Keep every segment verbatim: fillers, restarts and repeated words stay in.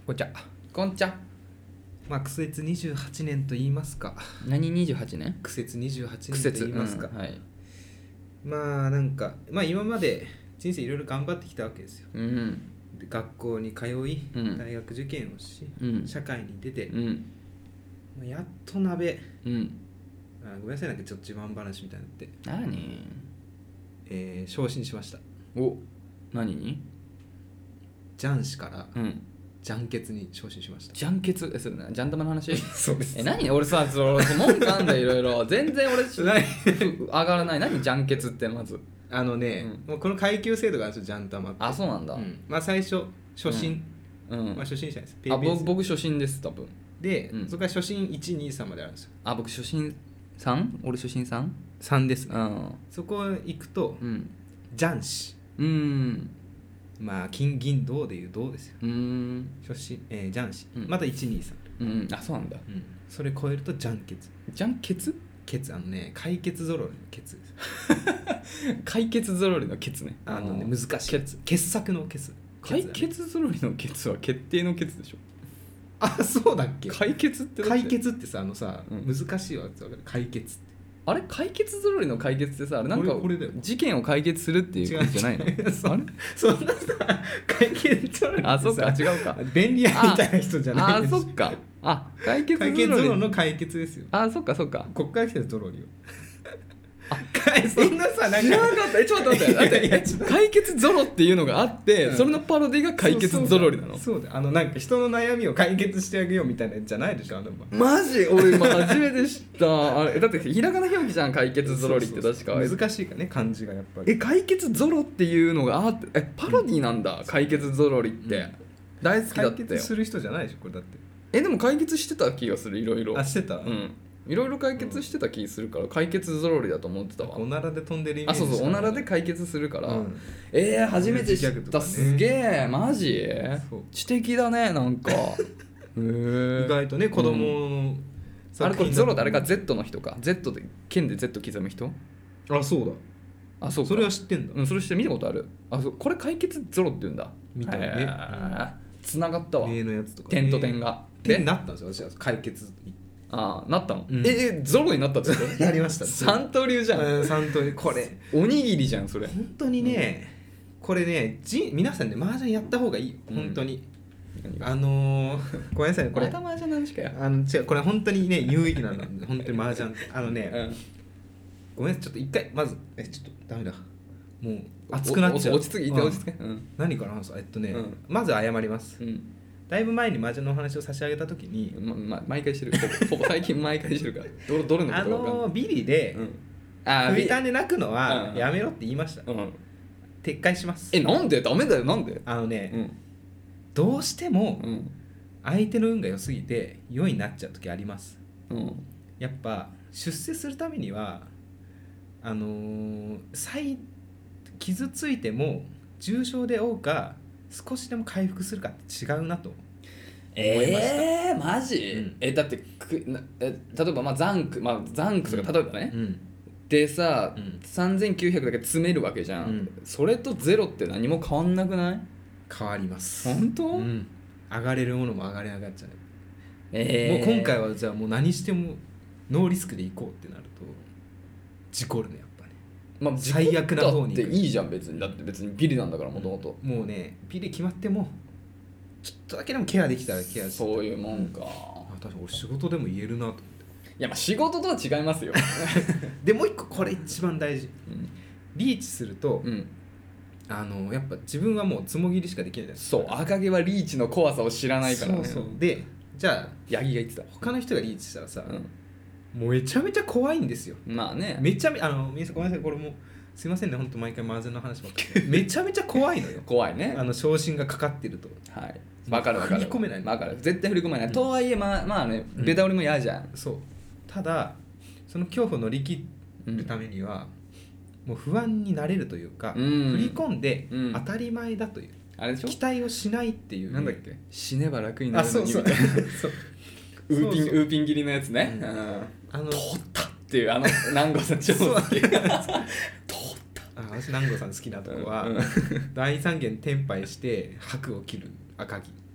こんちゃこんちゃ。 まあ苦節にじゅうはちねんと言いますか。 何にじゅうはちねん？ 苦節にじゅうはちねん苦節と言いますか、 うん、はい。 まあなんかまあ今まで人生いろいろ頑張ってきたわけですよ。 うん。 で学校に通い、 うん、 大学受験をし、 うん、 社会に出て、 うん、 まあ、やっと鍋、 うん。 あごめんなさいなんかちょっと自慢話みたいになって、 何？ えー、昇進しました。 お、何に？ 雀士からうん。 雀血に昇進しました。 ジャンケツ、え、それな、ジャン玉の話？ そうです。 え、何？俺さ、その文句あんだいろいろ。全然俺何上がらない。何ジャンケツってまず。 あのね、 うんもうこの階級制度があるんですよ、ジャン玉って。 あ、そうなんだ。 うんまあ最初初心、 うん。 まあ初心者です。ペあ、 ーペーです僕僕初心です多分。 で、 うんそこから初心いち、に、さんまであるんですよ。 あ、僕初心さん？俺初心さん？ さんですね。 うんそこ行くと、 うん雀士、 うーんまあ金銀銅でいう銅ですよ。 うーん初心、えー、雀士、 うんまたいち、に、さん、 うん。あ、そうなんだ。 うん、それ超えると雀血。 ジャンケツ？ 血あのね解決ぞろりの血です。 解決ぞろりのケツね。 あのね難しいケツ。 傑作の血。 解血だね決ぞろりのケツは決定のケツでしょ。 あそうだっけ。 解決ってだって解決ってさあのさ、 うん難しいわってわかる。解決ってあれ解決ぞろりの解決ってさ、あれなんかこれこれだよ事件を解決するっていうことじゃないの？ 違うそあれそんなさ解決ぞろりってさあ、そっか、違うか。 便利屋みたいな人じゃないあ、 ですそっか。あ、解決ぞろ解決ぞろりの解決ですよ。 あ、そっかそっか。 こっから来てるゾロリを。 あそんなさなん知らなかかった。え、ちょっと待って待って。 いやいやちょっと解決ゾロっていうのがあって、 うんそれのパロディが解決ゾロリなの？ そうだよ。あのなんか人の悩みを解決してあげようみたいなやつじゃないでしょあのマジ俺今初めて知ったあれだってひらがな表記じゃん解決ゾロリって確か。 そうそうそう難しいかね漢字がやっぱり。 え解決ゾロっていうのがあってえパロディなんだ、うん、解決ゾロリって、うん、大好きだったよ。 解決する人じゃないでしょこれだって。 えでも解決してた気がするいろいろ。 あしてた。 うんいろいろ解決してた気するから、うん、解決ゾロリだと思ってたわ。 おならで飛んでるイメージ。 あそうそうおならで解決するから、うん、えー、初めて知った、ね、すげえマジ知的だねなんかへ意外とね子供の、うん、 あれこれゾロってあれか Z の人か Z で剣で Z 刻む人。 あそうだ。 あそうかそれは知ってんだ。 うんそれ知って見たことある。あそうこれ解決ゾロって言うんだ。 みたいね。 つながったわ。 例のやつとか、 点と点が点になったんですよ私は解決。 ああなったの、 うん、 えゾロになったってことなりました。 三刀流じゃん。 三刀流これおにぎりじゃんそれ。 本当にね、うん、これねじ皆さんね麻雀やった方がいいよ本当に、うん、あのー、ごめんなさいこれまた麻雀なんしかよ。 あの違うこれ本当にね有意義なんだ本当に麻雀ってあのね、うん、ごめんなさいちょっと一回まずえちょっとダメだもう熱くなっちゃう。 落ち着き落ち着け、うん、 何から話すえっとね、 うん、 まず謝ります、 うんだいぶ前に麻雀のお話を差し上げたときに、 まま、毎回してるほぼ最近毎回してるからどどれのことか分かんない。 あのー、ビリで、うん、 あフリターンで泣くのはやめろって言いました、 うん、 撤回します。 えなんでダメだよなんで。 あのね、 うん、 どうしてもうん相手の運が良すぎて良いになっちゃう時あります、 うん、 やっぱ出世するためにはあのー、再傷ついても重傷で負うか少しでも回復するかって違うなと思いました。 えー、マジ、うん、えだってくなえ例えばまあザンク、まあ、ザンクとか例えばね、うん、でさ、うん、さんぜんきゅうひゃくだけ詰めるわけじゃん、うん、それとゼロって何も変わんなくない？ 変わります。 本当？ うん、上がれるものも上がれなくなっちゃう、 えー、 もう今回はじゃあもう何してもノーリスクでいこうってなると事故るねやっぱね。 まあ、 最悪な方にだっていいじゃん別にだって別にビリなんだからもともともうねビリ決まってもちょっとだけでもケアできたらケアしてそういうもんか、うん、 あ確かに俺仕事でも言えるなと思って。 いやまあ仕事とは違いますよでもう一個これ一番大事、うん、リーチすると、 うん、 あのやっぱ自分はもうつもぎりしかできないです。 そう赤毛はリーチの怖さを知らないからね。 そうそうでじゃあヤギが言ってた他の人がリーチしたらさ、 うんもうめちゃめちゃ怖いんですよ。 まあねめちゃめちゃあの皆さんごめんなさいこれもすいませんね本当毎回麻雀の話ばっかりめちゃめちゃ怖いのよ怖いねあの昇進がかかってると。 はい分かる分かる振り込めない分かる絶対振り込めない、うん、とはいえまあまあねうん、 ベタ折りも嫌じゃん。 そうただその恐怖を乗り切るためには、うん、もう不安になれるというか、うん、振り込んで当たり前だという、うん、 あれでしょ期待をしないっていう、ね、 なんだっけ死ねば楽になるのにみたいなそうウーピンウーピン切りのやつね、うん、あの通ったっていうあの南郷さん超好き通ったあ私南郷さん好きなとこは、うん、大三元天敗して白を切る赤木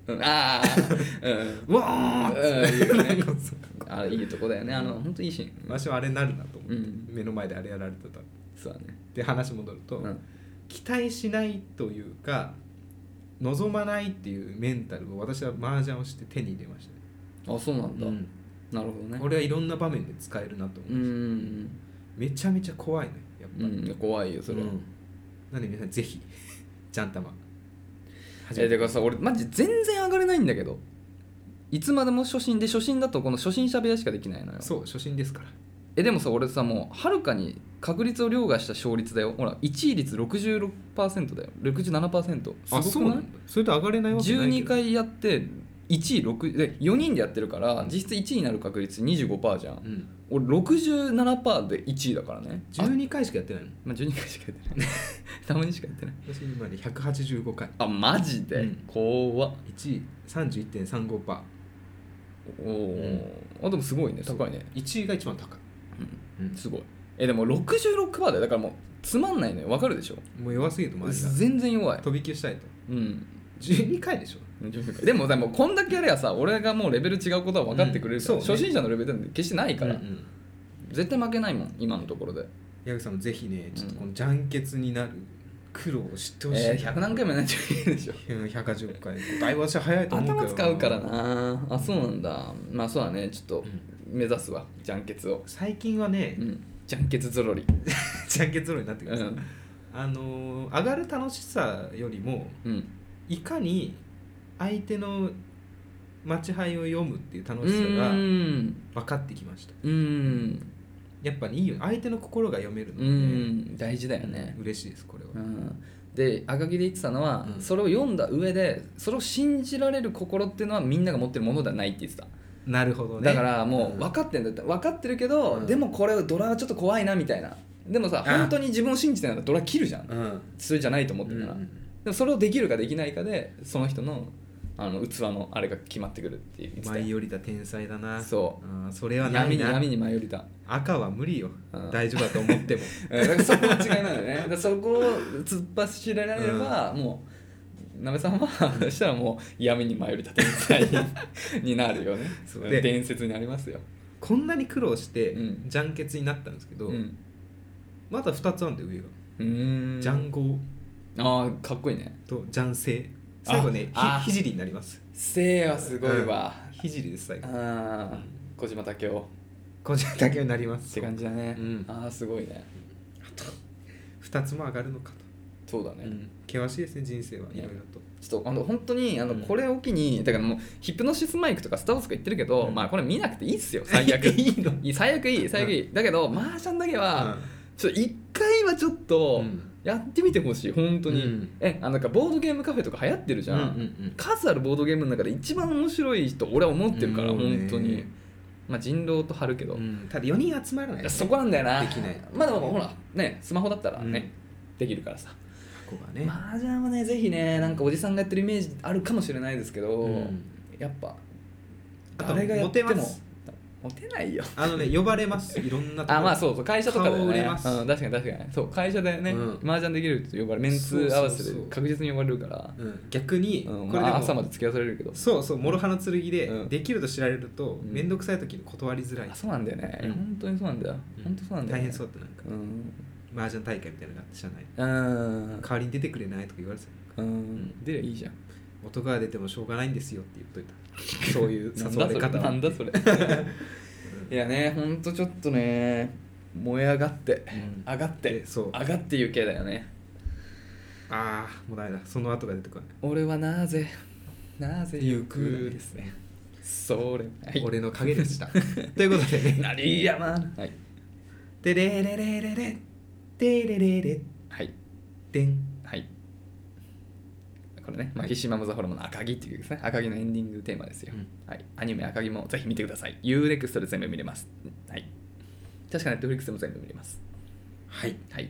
うん、ああうんわーうんいいよねあれいいとこだよねあの本当いいシーン私はあれなるなと思って、 うん、 目の前であれやられてたそうだねで話戻ると、 うん、 期待しないというか望まないっていうメンタルを私は麻雀をして手に入れましたね。 あそうなんだ、 うん、 なるほどねこれはいろんな場面で使えるなと思いました、 うんめちゃめちゃ怖いねやっぱり、 うん、怖いよそれは、うん、 なので皆さんぜひジャン玉えだからさ俺マジ全然上がれないんだけどいつまでも初心で初心だとこの初心者部屋しかできないのよそう初心ですからえでもさ俺さもうはるかに確率を凌駕した勝率だよほらいちい率 ろくじゅうろくパーセント だよ ろくじゅうななパーセント すごくない？ あそうなんだそれと上がれないわけないけどじゅうにかいやっていちいろくでよにんでやってるから実質いちいになる確率 にじゅうごパーセント じゃん、うん、俺 ろくじゅうななパーセント でいちいだからねじゅうにかいしかやってないのまあ、じゅうにかいしかやってないたまにしかやってない私今ねひゃくはちじゅうごかいあマジで、うん、怖っいちい さんじゅういってんさんごパーセントおお、うん、あでもすごいね高いねいちいが一番高い、 うんうん、すごいえでも ろくじゅうろくパーセント だよだからもうつまんないのよ分かるでしょもう弱すぎると周りが全然弱い飛び級したいとうんじゅうにかいでしょでもでもこんだけやればさ俺がもうレベル違うことは分かってくれるから、うんね、初心者のレベルで決してないから、うんうん、絶対負けないもん今のところで矢口さんもぜひねちょっとこのジャンケツになる苦労を知ってほしい、 えー、ひゃく何回もやらないといけないでしょひゃくはちじゅっかいだいぶ私は早いと思うけど頭使うからなあそうなんだまあそうだねちょっと目指すわジャンケツを最近はね、 うん、ジャンケツゾロリジャンケツゾロリになってください、うん、あのー、上がる楽しさよりも、うん、いかに相手の待ち牌を読むっていう楽しさが分かってきました。うんやっぱりいいよ相手の心が読めるので、ね、 うん大事だよね。 嬉しいですこれは。 うんで赤木で言ってたのは、うん、それを読んだ上でそれを信じられる心っていうのはみんなが持ってるものではないって言ってた。 なるほどね。 だからもう分かってんだって分かってるけど、うん、でもこれドラはちょっと怖いなみたいな。でもさ本当に自分を信じてないならドラ切るじゃん、うん、それじゃないと思ってるから、うん、でもそれをできるかできないかでその人のあの器のあれが決まってくるっていう。 舞い降りた天才だな。 そうあそれはないな。 闇に闇に舞い降りた。 赤は無理よ、うん、大丈夫だと思ってもだからそこは違いなんだよね。だからそこを突っ走られれば、うん、もうなべさんはそしたらもう闇に舞い降りた天才になるよね。そうで伝説になりますよ。 こんなに苦労してジャンケツになったんですけど、うん、まだふたつあるんだよ上が。うーんジャンゴーあーかっこいいねとジャンセイ最後ねひじりになります。 せいはすごいわ、 うん、ひじりです最後。 ああ、うん、小島武雄小島武雄になりますって感じだね、 うん、 ああすごいね。 あとふたつも上がるのかと。 そうだね、うん、 険しいですね人生はいろいろと。 ちょっとあの本当にあの、うん、これを機にだからもうヒプノシスマイクとかスター・ウォーズとか言ってるけど、うん、まあこれ見なくていいっすよ最悪いいのいい最悪いい最悪いい、うん、だけどマージャンだけは、うん、ちょっと一回はちょっと、うんやってみてほしい本当に、うん、えあのなんかボードゲームカフェとか流行ってるじゃん、うんうんうん、数あるボードゲームの中で一番面白い人俺は思ってるから、うん、本当にまあ人狼と張るけど、うん、 ただよにん集まらない、ね、 そこなんだよな。 できないまあでもほらねスマホだったらね、うん、できるからさここがね麻雀はねぜひねなんかおじさんがやってるイメージあるかもしれないですけど、うん、やっぱ誰がやってもモテないよ。 あのね呼ばれますいろんなところ。 あまあそうそう会社とかでね。うん、確かに確かにそう会社でね、うん、麻雀できるって呼ばれメンツ合わせで確実に呼ばれるから。 うん、逆に、 うん、これでも朝まで付き合わされるけど。 そうそう諸刃の剣で、うん、できると知られると面倒くさい時に断りづらい。 あそうなんだよね。うん、本当にそうなんだよ。うん、本当そうなんだよ、ね。 大変そうってなんか。うん、麻雀大会みたいなのがあって社内。 うん。 代わりに出てくれないとか言われてた。 うん。出りゃいいじゃん。 男が出てもしょうがないんですよって言っといた。そういう誘われ方。 なんだそれ。いやね、ほんとちょっとね、燃え上がって、うん、上がって、そう上がっていう系だよね。 ああ、もうダメだ、その後が出てこない。 俺はなぜ、なぜ行くですね。それ、 はい、俺の影でした。ということでね、 なりやまん。はい。 でれれれれれ、でれれれ、 はい。 でん。 はい。これね、マキシマムザホルモンの赤木っていうですね、赤木のエンディングテーマですよ、うん、はい、アニメ赤木もぜひ見てください。 ユーネクスト で全部見れます。はい、確か Netflix でも全部見れます。 はい、 はい、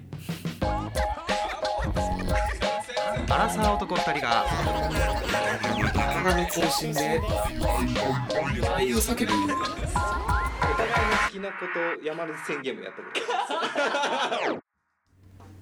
アラサー男ふたりが体の中心で愛を叫ぶお互いの好きなことを山根宣言もやったこと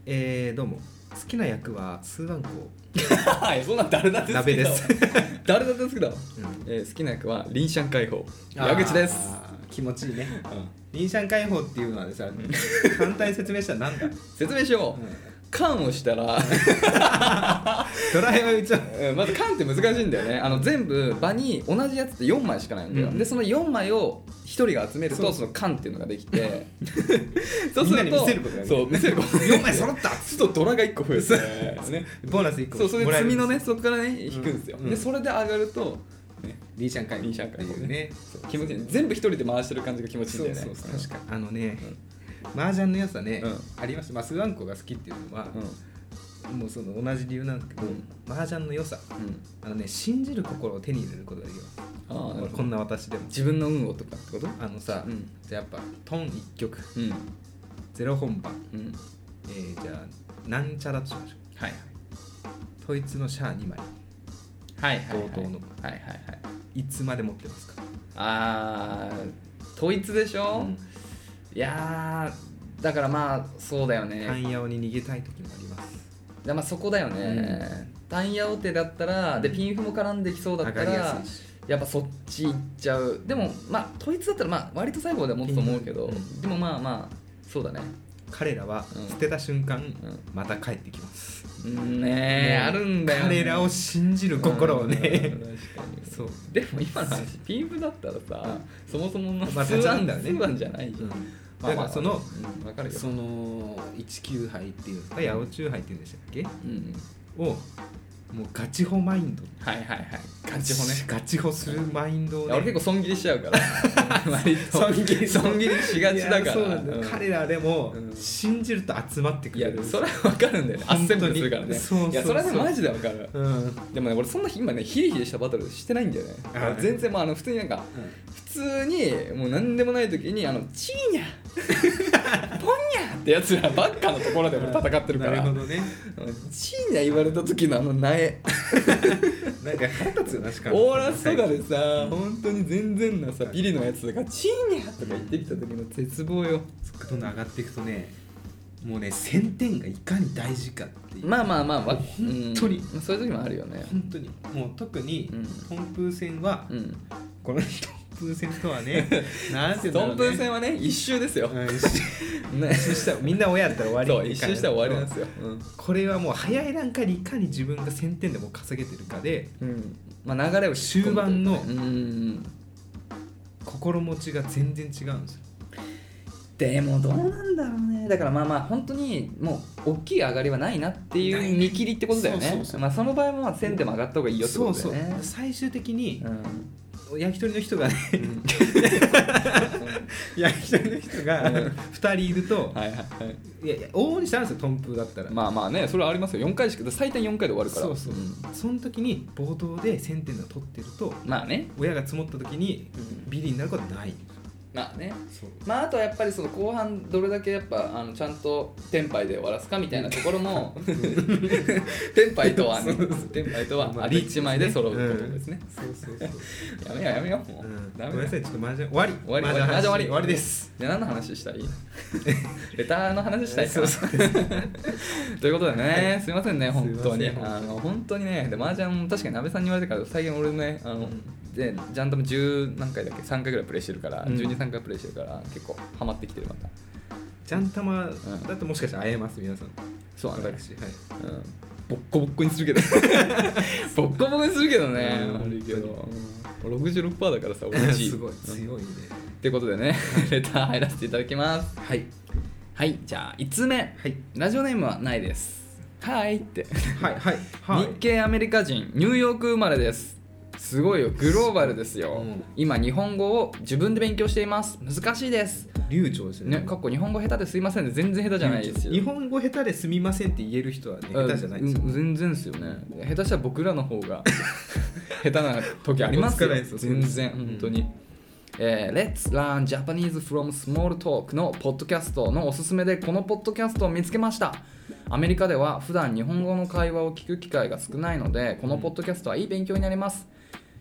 えー、どうも好きな役はスーワンコそんなん誰だって好きだわ鍋です誰だって好きだわ、 うんえー、好きな役はリンシャン解放矢口です。 気持ちいいね。 うん、 リンシャン解放っていうのはさ、簡単に説明したらなんだ。 説明しよう、うん、缶をしたらドラえもん一応まず缶って難しいんだよね。あの全部場に同じやつってよんまいしかないんだよ、うん、でそのよんまいをひとりが集めるとその缶っていうのができてそうするとみんなに見せることがね、 そう見せることよんまい揃ったっつとドラがいっこ増えてねボーナスいっこそうそれで積みのねそこからね引引くんですよ、うん、でそれで上がるとね、リンシャン解放リンシャン解放ね、 ね気持ちいい。全部一人で回してる感じが気持ちいいんだよね。 そうそうそう確かにあのね、うん、麻雀の良さね、うん、ありました。まあスワンコが好きっていうのは、うん、もうその同じ理由なんですけど、うん、麻雀の良さ、うん、あのね信じる心を手に入れることができる。ああ、こんな私でも自分の運をとかってこと？ あのさ、うん、じゃあやっぱトンいっ局、うん、ゼロ本番、うん、えー、じゃあなんちゃらとしましょう。はいはい。統一のシャアにまい。 はいはいはい、 冒頭の、 はいはいはい、 いつまで持ってますか？ あー統一でしょ、うん、いやーだからまあそうだよね。 単ヤオに逃げたい時もあります。 でまあそこだよね、うん、単ヤオ手だったらでピンフも絡んできそうだったらやっぱそっち行っちゃう。でもまあ統一だったらまあ割と最後で持つと思うけど、うん、でもまあまあそうだね。 彼らは捨てた瞬間、うん、また帰ってきます。 ねえあるんだよ、ね、 彼らを信じる心をね、うん、確かにそう。でも今の話ピンフだったらさ、そもそものまあ、立ちなんだよね。 通販じゃないじゃん、うん、 まあまあその、 うん、分かるよ。 そのいちきゅうはいっていうか八百中杯っていうんでしたっけ、うん、をもうガチホマインド、 はいはいはい、ガチホね、 ガチホするマインドを、ね、 俺結構損切りしちゃうから割と損切り損切りしがちだから。そうなんだ、 うん、彼らでも信じると集まってくる。 いやそれは分かるんだよね。アッセンブルするからね。 そうそうそう、 いやそれはねマジで分かる、うん、でもね俺そんな今ねヒリヒリしたバトルしてないんだよね。全然もうあの普通になんか、うん、普通にもう何でもない時にあのチーニャポンニャってやつらばっかのところで俺戦ってるから。 なるほどね。 チーニャ言われた時のあの苗なんか腹立つよな。しかもオーラスとかでさ本当に全然なさビリのやつがチーニャとか言ってきた時の絶望よ。 どんどん上がっていくとね、もうねせんてんがいかに大事かっていう。 まあまあまあ本当に、 うん、そういう時もあるよね。 本当にもう特にトンプー戦は、うん、このトンプー戦とはねなんていうんだろうね、 トンプー戦はね一周ですよ、うん、一周ね、一周したみんな親やったら終わり。 そう一周したら終わりなんですよ、 うん、これはもう早い段階でいかに自分がせんてんでも稼げてるかで、 うんまあ、流れを終盤のうん心持ちが全然違うんですよ。 でもどうなんだろうね。だからまあまあ本当にもう大きい上がりはないなっていう見切りってことだよね。そうそうそう、まあその場合もまあせんでも上がった方がいいよってことだよね。そうそう、 最終的に、うん、焼き鳥の人がね、うん、焼き鳥の人がふたりいると、はいはいはい、いやいや往々にしたんですよトンプーだったら。 まあまあねそれはありますよ。よんかいしか最短よんかいで終わるから。 そうそう、うん、その時に冒頭でせんてんを取ってると、 まあね親が積もった時にビリになることはない。 まあね、まああとはやっぱりその後半どれだけやっぱあのちゃんとテンパイで終わらすかみたいなところもテンパイとはねテンパイとはありいちまいで揃うことですね。そうそうそうやめようやめようもう、うん、ダメ。 ごめんなさいちょっとマージャン終わり終わり終わり終わり終わりです。 じゃあ何の話したいレターの話したいかなということでね、はい、すいませんね本当にあの本当にねでマージャン確かに鍋さんに言われてから最近俺ねあの、うんでジャンダムじゅう何回だっけさんかいぐらいプレイしてるから、うん、じゅうに、さんかいプレイしてるから結構ハマってきてるまた。 ジャンタマだともしかしたら会えます皆さん。 そうなんだ、はい、 うん、 ボッコボッコにするけどボッコボコにするけどね、うん、悪いけど、うん、ろくじゅうろくパーセント だからさ俺すごい強いね、うん、 ってことでねレター入らせていただきます。はいはいじゃあいつつめ、はい、ラジオネームはないです。はいってはいはい、はい、 日系アメリカ人ニューヨーク生まれです。すごいよグローバルですよ、うん、今日本語を自分で勉強しています。難しいです流暢ですよ ね, ねかっこ日本語下手ですいません全然下手じゃないですよ。 日本語下手ですみませんって言える人はね下手じゃないですよ、 うん、全然ですよね。下手したら僕らの方が下手な時ありますよ全然本当に、うんえー、Let's Learn Japanese from Small Talk のポッドキャストのおすすめでこのポッドキャストを見つけました。アメリカでは普段日本語の会話を聞く機会が少ないのでこのポッドキャストはいい勉強になります。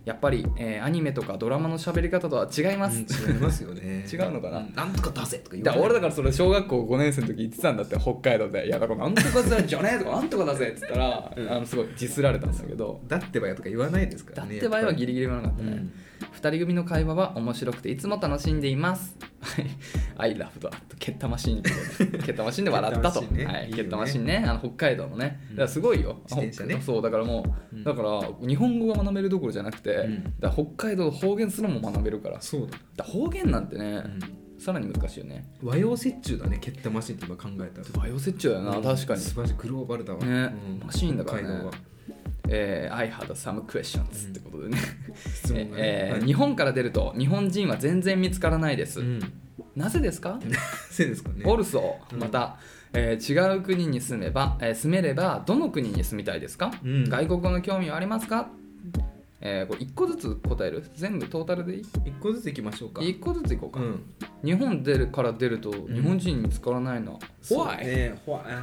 やっぱり、えーアニメとかドラマの喋り方とは違います、 うん、違いますよね違うのかな、 うん、なんとか出せとか言だわれ俺だからそれ小学校ごねん生の時言ってたんだって、北海道で。いやだからなんとかだじゃねえとかなんとかだぜっつったら、うん、あのすごいディスられたんだけど、 だってばよとか言わないですからね。 だってばよはギリギリ言わなかったね、うん、ふたり組の会話は面白くていつも楽しんでいますI love that ケッタマシンケッタマシンで笑ったとケッタマシンね、はい、ケッタマシンね、あの北海道のね、だからすごいよ、 自転車ね。 そうだからもう、うん、だから日本語が学べるどころじゃなくて、うん、だから北海道方言すらも学べるから。 そうだ、 だから方言なんてね、うん、さらに難しいよね。 和洋折衷だね、ケッタマシンって今考えたら。 和洋折衷だよな、うん、確かに。 素晴らしい、グローバルだわ、 ね、うん、マシーンだからね。 北海道はえー、I had some questions、うん、ってことでね質問がね、 えーはい、 日本から出ると日本人は全然見つからないです、うん、なぜですか？ なぜですかね。 オルソー、また、えー、違う国に住めば、えー、住めればどの国に住みたいですか、うん、外国語の興味はありますか？えー、これいっこずつ答える？全部トータルでいい？いっこずついきましょうか。 いっこずついこうか、うん、日本出るから出ると日本人見つからないの、 うん、ホワイ、ね、ホワイ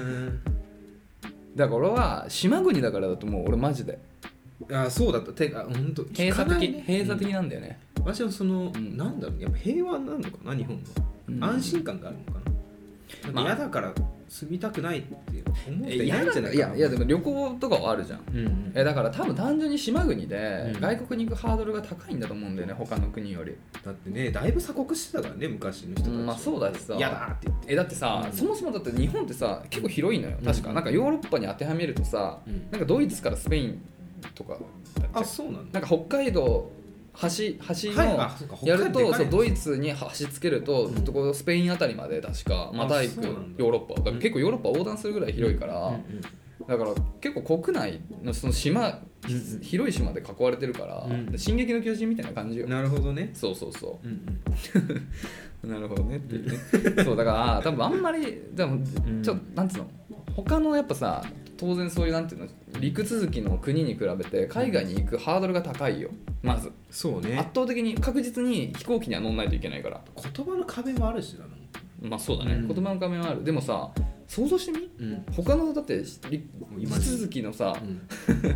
だから俺は島国だからだと思う。俺マジであ、そうだった。てか本当閉鎖的、ね、閉鎖的なんだよね、 うん、私はその、うん、なんだろう、やっぱ平和なのかな、日本は、うん、安心感があるのかな、なんか嫌だから住みたくないって思う人いないんじゃないかな。 いやいやでも旅行とかはあるじゃん、うんうん、えだから多分単純に島国で外国に行くハードルが高いんだと思うんだよね、他の国より。 だってね、だいぶ鎖国してたからね、昔の人たち、うん、 まあそうだしさ、 嫌だって言って。 えだってさ、うん、そもそもだって日本ってさ結構広いのよ、確か、うん、なんかヨーロッパに当てはめるとさ、うん、なんかドイツからスペインとか、 あ、そうなの？ なんか北海道橋, 橋のやると、はい、そうドイツに橋つけると、うん、こスペインあたりまで確かまた行くヨーロッパだから結構ヨーロッパ横断するぐらい広いから、うんうんうん、だから結構国内のその島、うん、広い島で囲われてるから、うん、進撃の巨人みたいな感じよ。 なるほどね。 そうそうそう、うんうん、なるほどねっていうねそうだから多分あんまりでもちょっとなんつうの、他のやっぱさ当然そういうなんていうの陸続きの国に比べて海外に行くハードルが高いよ、まず。 そうね、 圧倒的に確実に飛行機には乗んないといけないから。 言葉の壁もあるしだな。 まあそうだね、うん、言葉の壁もある。でもさ想像してみ、うん、他のだって地続きのさ、うん、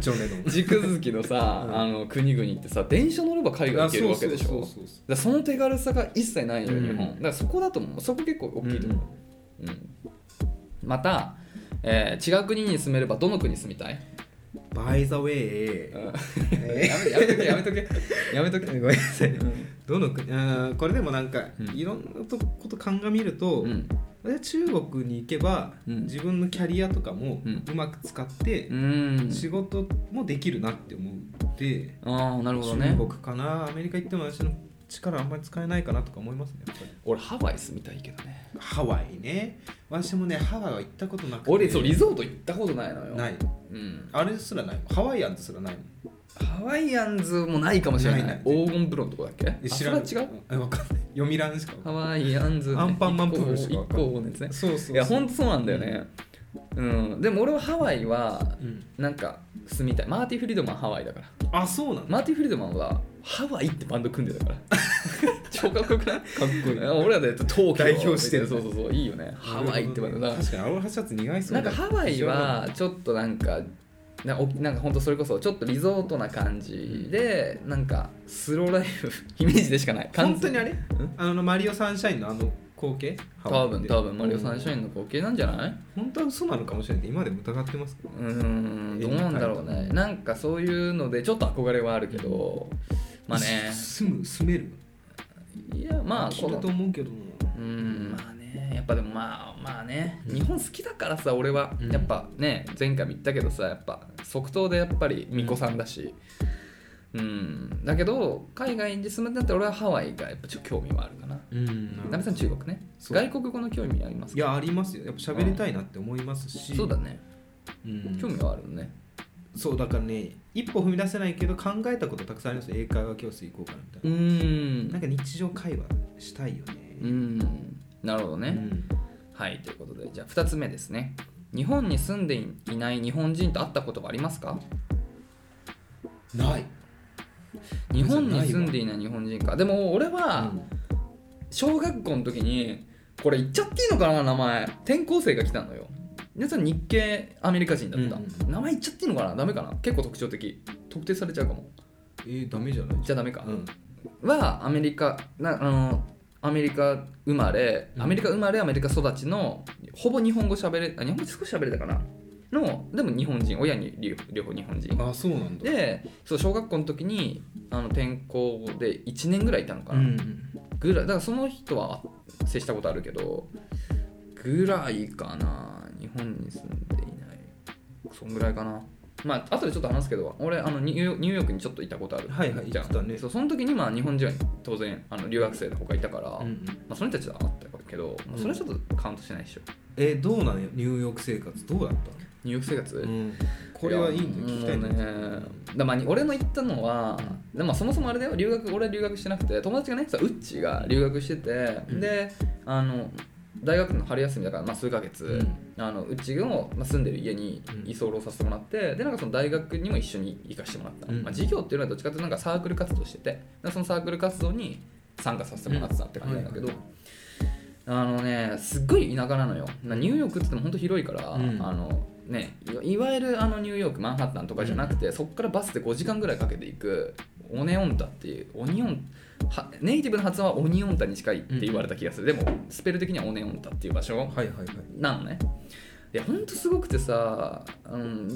地続きのさ、うん、あの国々ってさ電車乗れば海外行けるわけでしょ。その手軽さが一切ないよ、うん、日本だからそこだと思う。そこ結構大きいと思う、うんうん、またえー、違う国に住めればどの国に住みたい？ バイザウェイやめとけやめとけやめとけごめんなさい、うん、どの国あこれでもなんか、うん、いろんなこと鑑みると、うん、中国に行けば、うん、自分のキャリアとかもうまく使って、うん、仕事もできるなって思って、 あ、なるほどね、 中国かな。アメリカ行っても私の力あんまり使えないかなとか思いますね、やっぱり。 俺ハワイ住みたいけどね。 ハワイね、私もねハワイは行ったことなくて。 俺そうリゾート行ったことないのよ。 ない、うん、あれすらないもん。ハワイアンズすらないもん。 ハワイアンズもないかもしれない。ない黄金風呂のとこだっけ？知らん。あ、それは違う？ え、わかんない。読みらんしか。 ハワイアンズ、ね、 アンパンマンプールしか一個ですね。 そうそうそう。 いや本当そうなんだよね。うん、うん、でも俺はハワイはなんか住みたい。マーティ・フリードマンハワイだから。 あ、そうなんだ。 マーティ・フリードマンはハワイってバンド組んでたから超かっこよくない？かっこいい。俺らで東京代表してる。 そうそうそう、いいよね。ハワイってバンドだ。 確かにアロハシャツ似合いそうだ。 なんかハワイはちょっとなんかななんか本当それこそちょっとリゾートな感じで、なんかスローライフイメージでしかない。 本当にあれ？あのマリオサンシャインのあの光景？ 多分多分マリオサンシャインの光景なんじゃない？ 本当は嘘なのかもしれないけど今でも疑ってますけど。 うーん、どうなんだろうね。なんかそういうのでちょっと憧れはあるけど、まあね。 住む住める？ いやまあこのと思うけど。 うん、まあね、やっぱでもまあまあね、日本好きだからさ俺は、うん、やっぱね前回も言ったけどさ、やっぱ即答でやっぱり巫女さんだし、うん、うん、だけど海外に住むんだったら俺はハワイがやっぱちょっと興味はあるかな。うん、なべさん中国ね。外国語の興味ありますか？ いやありますよ。やっぱ喋りたいなって思いますし、 うん、そうだね、うん、興味はあるね。 そうだからね、一歩踏み出せないけど考えたことたくさんあります。英会話教室行こうかなみたいな。うん、なんか日常会話したいよね。 うん、なるほどね、うん、はい、ということでじゃあふたつめですね。日本に住んでいない日本人と会ったことはありますか？ ない。 日本に住んでいない日本人か。でも俺は小学校の時にこれ言っちゃっていいのかな、名前。転校生が来たのよ。皆さん日系アメリカ人だった、うんうん、名前言っちゃっていいのかな、ダメかな。結構特徴的、特定されちゃうかも。 えー、ダメじゃないじゃダメか、 うん、 はアメリカなあのアメリカ生まれアメリカ生まれアメリカ育ちのほぼ日本語喋れあ日本語少し喋れたかなのでも日本人親に両方日本人あそうなんだでそう小学校の時にあの転校でいちねんぐらいいたのかな、うん、ぐらいだからその人は接したことあるけどぐらいかな日本に住んでいないそんぐらいかなまあ後でちょっと話すけど俺あのニューヨークにちょっといたことあるはいはいじゃん、ね、そうその時にまあ日本人は当然あの留学生とかいたから、うんうんまあ、その人たちはあったけど、まあ、それはちょっとカウントしないでしょ、 うん、えー、どうなのニューヨーク生活どうだったのニューヨーク生活、うん、 これはいいんだよ聞きたいんだねだまあ俺の言ったのは、うん、まあそもそもあれだよ留学俺は留学してなくて友達がねさウッチが留学してて、うん、であの大学の春休みだから、まあ、数ヶ月、うん、あのうちの、まあ、住んでる家に居候させてもらって、うん、でなんかその大学にも一緒に行かせてもらった、うんまあ、授業っていうのはどっちかというとなんかサークル活動しててそのサークル活動に参加させてもらってたって感じなんだけど、うん、あのねすっごい田舎なのよニューヨークって言っても本当広いから、うん、あのね、いわゆるあのニューヨークマンハッタンとかじゃなくて、うん、そこからバスでごじかんぐらいかけて行くオネオンタっていうオニオンはネイティブの発音はオニオンタに近いって言われた気がする、うん、でもスペル的にはオネオンタっていう場所なのね、いやほんとすごくてさ、うん、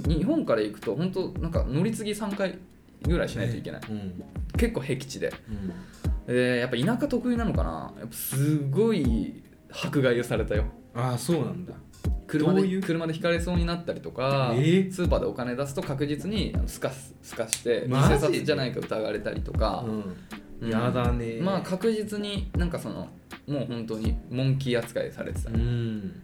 日本から行くと本当なんか乗り継ぎさんかいぐらいしないといけない、うん、結構僻地で、うん、でやっぱ田舎得意なのかなやっぱすごい迫害をされたよああそうなんだ車で車で引かれそうになったりとか、えー、スーパーでお金出すと確実にスカスカして偽札じゃないか疑われたりとか、 うん、やだねまあ確実になんかそのもう本当にモンキー扱いされてた、うん、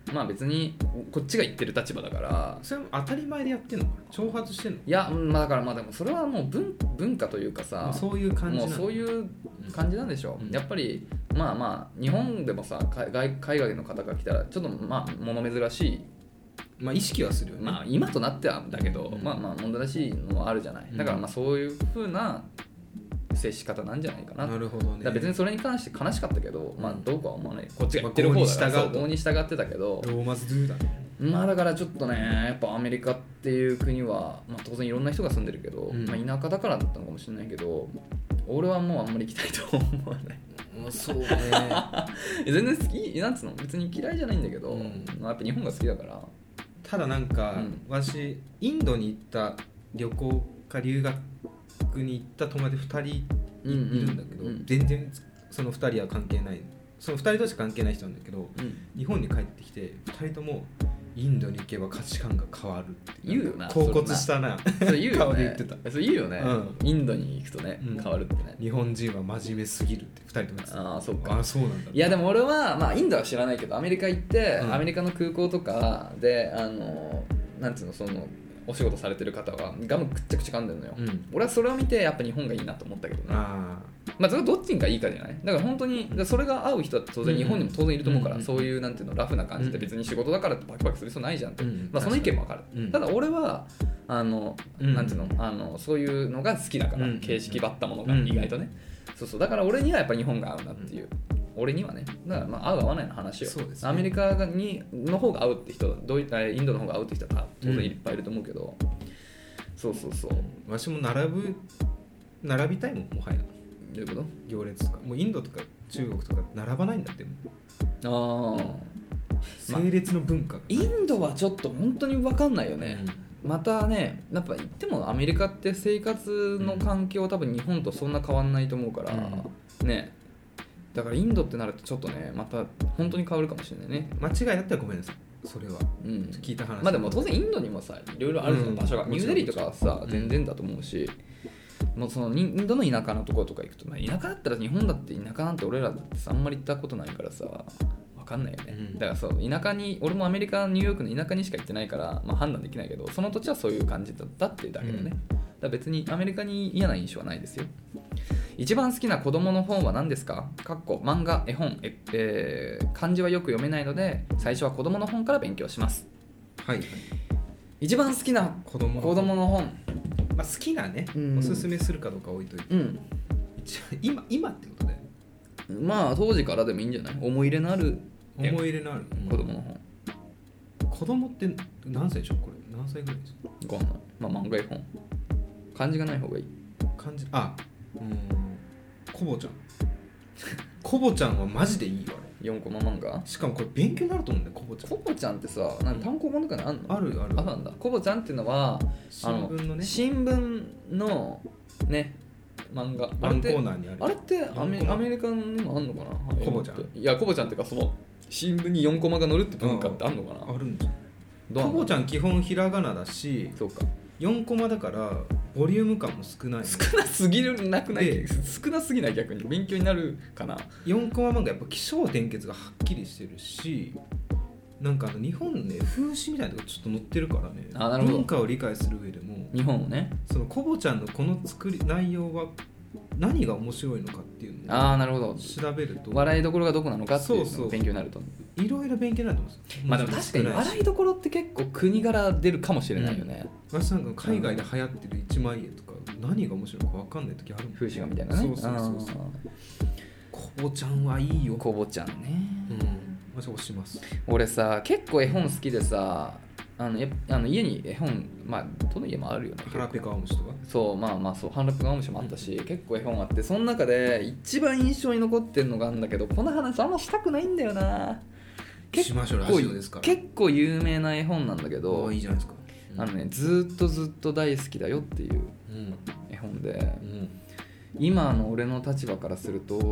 まあ別にこっちが言ってる立場だからそれも当たり前でやってんのかな挑発してんのいや、まあ、だからまあでもそれはもう 文, 文化というかさそういう感じもうそういう感じなんでしょう、うん、やっぱりまあまあ日本でもさ海外の方が来たらちょっとまあ物珍しいまあ意識はするよね、 まあ、今となってはだけど、うん、まあまあ問題らしいのはあるじゃないだからまあそういう風な接し方なんじゃないかな。 なるほどね。 だ別にそれに関して悲しかったけど、まあどうかは思わない。こっちが言ってる方だから法に従ってたけど。 ローマズドゥだね。 まあだからちょっとねやっぱアメリカっていう国は、まあ、当然いろんな人が住んでるけど、うんまあ、田舎だからだったのかもしれないけど俺はもうあんまり行きたいと思わない。 そうね全然好きなんつうの別に嫌いじゃないんだけど、うんまあ、やっぱ日本が好きだから。 ただなんか、うん、私インドに行った旅行か留学に行った友達ふたりいるんだけど、うんうん、全然そのふたりは関係ないそのふたりとしか関係ない人なんだけど、うん、日本に帰ってきてふたりともインドに行けば価値観が変わるって言うよな恍惚したなそれ言うよね顔で言ってたそれ言うよね、うん、インドに行くとね、うん、変わるってね日本人は真面目すぎるってふたりとも言ってたああそうかあそうなんだいやでも俺は、まあ、インドは知らないけどアメリカ行って、うん、アメリカの空港とかであのなんていうのそのお仕事されてる方はガムくっちゃくちゃ噛んでるのよ、うん、俺はそれを見てやっぱ日本がいいなと思ったけどねあまあそれどっちがいいかじゃないだから本当にそれが合う人だって当然日本にも当然いると思うから、うん、そういうなんていうのラフな感じで別に仕事だからってパキパキする必要ないじゃんって、うん、まあ、その意見も分かる、うん、ただ俺はあの、うん、なんていうのあのそういうのが好きだから、うん、形式ばったものが意外とね、うん、そうそうだから俺にはやっぱ日本が合うなっていう、俺にはねだからまあ合う合わないの話よ、そうですね、アメリカにの方が合うって人どういったインドの方が合うって人は当然いっぱいいると思うけど、うん、そうそうそうわしも並ぶ並びたいもんもはやどういうこと行列とかもうインドとか中国とか並ばないんだってああ整列の文化、ま、 インドはちょっと本当に分かんないよね、うん、またねやっぱ言ってもアメリカって生活の環境は多分日本とそんな変わんないと思うから、うん、ねだからインドってなるとちょっとねまた本当に変わるかもしれないね間違いだったらごめんなさいそれは、うん、聞いた話まあでも当然インドにもさいろいろあるじゃん、うん、場所がニューデリーとかはさ、うん、全然だと思うしもうそのインドの田舎のところとか行くと、まあ、田舎だったら日本だって田舎なんて俺らだってさあんまり行ったことないからさ分かんないよね、うん、だからそう田舎に俺もアメリカニューヨークの田舎にしか行ってないから、まあ、判断できないけどその土地はそういう感じだったっていうだけでね、うん、だから別にアメリカに嫌な印象はないですよ。一番好きな子供の本は何ですか？かっこ漫画、絵本、ええー、漢字はよく読めないので最初は子供の本から勉強します。 はい。 一番好きな子供の 本, 子供の本まあ、好きなね、うん、おすすめするかどうか置いといて、うん、今, 今ってことだよね。 まあ当時からでもいいんじゃない？思い入れのある思い入れのある子供の本。 子供って何歳でしょこれ？何歳ぐらいですか？ わかんない。まあ漫画絵本漢字がない方がいい。 感じあうんコボちゃんコボちゃんはマジでいいよあれよんコマ漫画。 しかもこれ勉強になると思うんだよコボちゃん。 コボちゃんってさ、なんか単行本とかにあんの？ あるある。 あ、なんだ。コボちゃんっていうのは新聞のね新聞のね漫画。 ワンコーナーにある。 あれってアメアメリカにもあんのかな。 コボちゃん。 いやコボちゃんっていうかその新聞によんコマが載るって文化ってあんのかな。 あるんじゃん。コボちゃん基本ひらがなだし、 そうか。 よんコマだからボリューム感も少ない。 少なすぎるなくない？少なすぎない逆に勉強になるかな。 よんコマ漫画やっぱ起承転結がはっきりしてるし、なんかあの日本ね風刺みたいなとこちょっと載ってるからね。 あ、なるほど。 文化を理解する上でも日本をね。 そのコボちゃんのこの作り内容は何が面白いのかっていうのをああなるほど調べると笑いどころがどこなのかっていうのが勉強になると。 いろいろ勉強になると思うんですよ。 まあでも確かに笑いどころって結構国柄出るかもしれないよね。 私、うん、なんか海外で流行ってる一枚絵とか何が面白いのか分かんない時あるもん。 風刺画みたいなね。 そうそうそうそう。コボちゃんはいいよ。 コボちゃんね。 うん。私押します。 俺さ結構絵本好きでさ、あのやあの家に絵本まあどの家もあるよね。 腹ペカオムシとか。 そうまあまあそう腹ペカオムシもあったし、うん、結構絵本あってその中で一番印象に残ってるのがあるんだけどこの話あんましたくないんだよな。 しましょうラジオですから。 結構有名な絵本なんだけど、 いいじゃないですか。 うん、あのねずっとずっと大好きだよっていう絵本で、うん、今の俺の立場からすると、うん、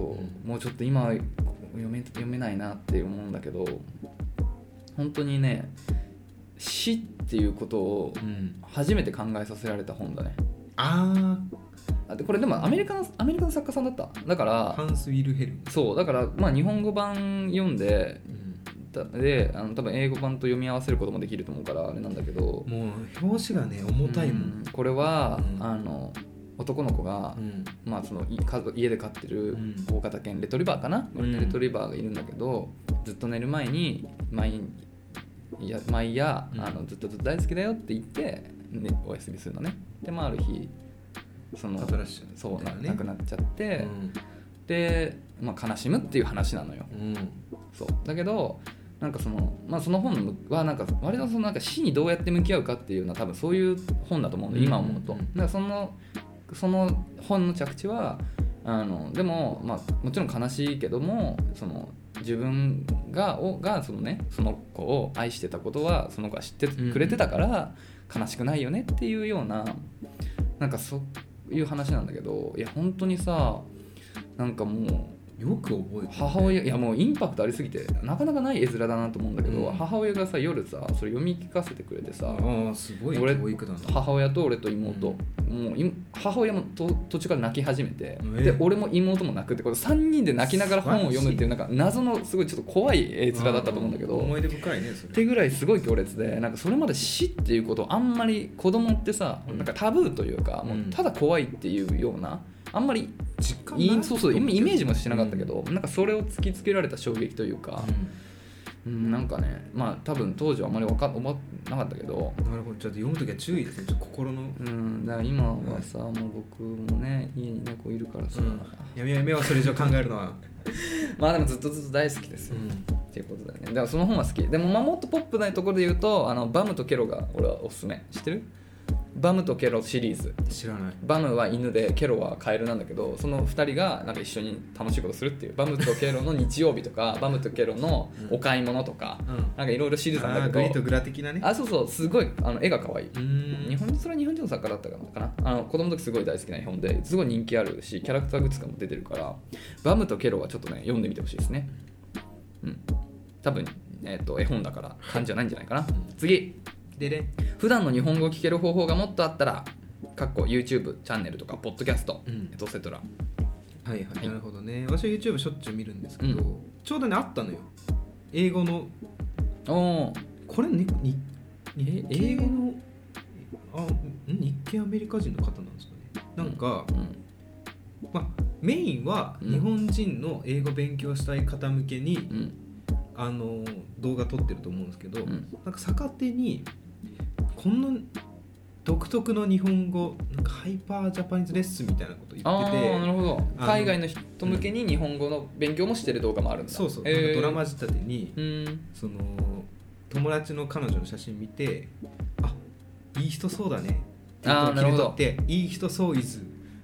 もうちょっと今読め読めないなって思うんだけど本当にね死っていうことを初めて考えさせられた本だね。うん、 ああでこれでもアメリカのアメリカの作家さんだった。だからハンス・ウィルヘルム。 そうだからまあ日本語版読んで、うん、であの多分英語版と読み合わせることもできると思うからあれなんだけどもう表紙がね重たいもん、 うん、これは、うん、あの男の子が、うんまあ、その家で飼ってる大型犬レトリバーかな、うん、レトリバーがいるんだけどずっと寝る前に毎いや毎夜、うん、あのずっとずっと大好きだよって言って、ね、お休みするのね。で、まあ、ある日そのそうな、ね、亡くなっちゃって、うん、で、まあ、悲しむっていう話なのよ、うん、そうだけどなんかその、まあ、その本はなんか割とそのなんか死にどうやって向き合うかっていうのは多分そういう本だと思うんで、うん、今思うとだからそのその本の着地はあのでも、まあ、もちろん悲しいけどもその自分がをがそのねその子を愛してたことはその子は知ってくれてたから悲しくないよねっていうようななんかそういう話なんだけどいや本当にさなんかもうよく覚えてる、ね、 母親いやもうインパクトありすぎてなかなかない絵面だなと思うんだけど、うん、母親がさ夜さそれ読み聞かせてくれてさあすごい教育だな母親と俺と妹、うん、もう母親もと途中から泣き始めて、えー、で俺も妹も泣くってことさんにんで泣きながら本を読むっていうなんか謎のすごいちょっと怖い絵面だったと思うんだけど思い出深いねそれってぐらいすごい強烈でなんかそれまで死っていうことをあんまり子供ってさ、うん、なんかタブーというか、うん、もうただ怖いっていうようなあんまり実感ないそうそうイメージもしてなかったけど、うん、なんかそれを突きつけられた衝撃というか、うんうん、なんかねまあ多分当時はあんまり分か思わなかったけどなるほどちょっと読むときは注意ですねちょっと心のうんだから今はさ、はい、もう僕もね家に猫いるからさ、うん、 やめやめはそれ以上考えるのはまあでもずっとずっと大好きですよ、うん、っていうことだよねだからその本は好きでも、まあ、もっとポップなところで言うとあのバムとケロが俺はおすすめ知ってるバムとケロシリーズ知らないバムは犬でケロはカエルなんだけどそのふたりがなんか一緒に楽しいことするっていうバムとケロの日曜日とかバムとケロのお買い物とか、うん、なんかいろいろシリーズなんだけどグリとグラ的なねあそうそうすごいあの絵が可愛い日本それは日本人の作家だったかなあの子供の時すごい大好きな絵本ですごい人気あるしキャラクターグッズとかも出てるからバムとケロはちょっとね読んでみてほしいですねうん多分、えー、と絵本だから感じじゃないんじゃないかな、うん、次でね、 普段の日本語を聞ける方法がもっとあったらかっこ YouTube チャンネルとかポッドキャスト、うん、エトセトラはいはい、はい、なるほどね私は YouTube しょっちゅう見るんですけど、うん、ちょうどねあったのよ英語のおこれ、ね、にに英語のあ日系アメリカ人の方なんですかねなんか、うんうん、まあ、メインは日本人の英語勉強したい方向けに、うん、あの動画撮ってると思うんですけど、うん、なんか逆手にこの独特の日本語なんかハイパージャパニーズレッスンみたいなこと言っててあなるほど海外の人向けに日本語の勉強もしてる動画もあるんだ、うん、 そうそう、えー、なんかドラマ仕立てに、うん、その友達の彼女の写真見てあいい人そうだねあなるほどっていい人そうイズ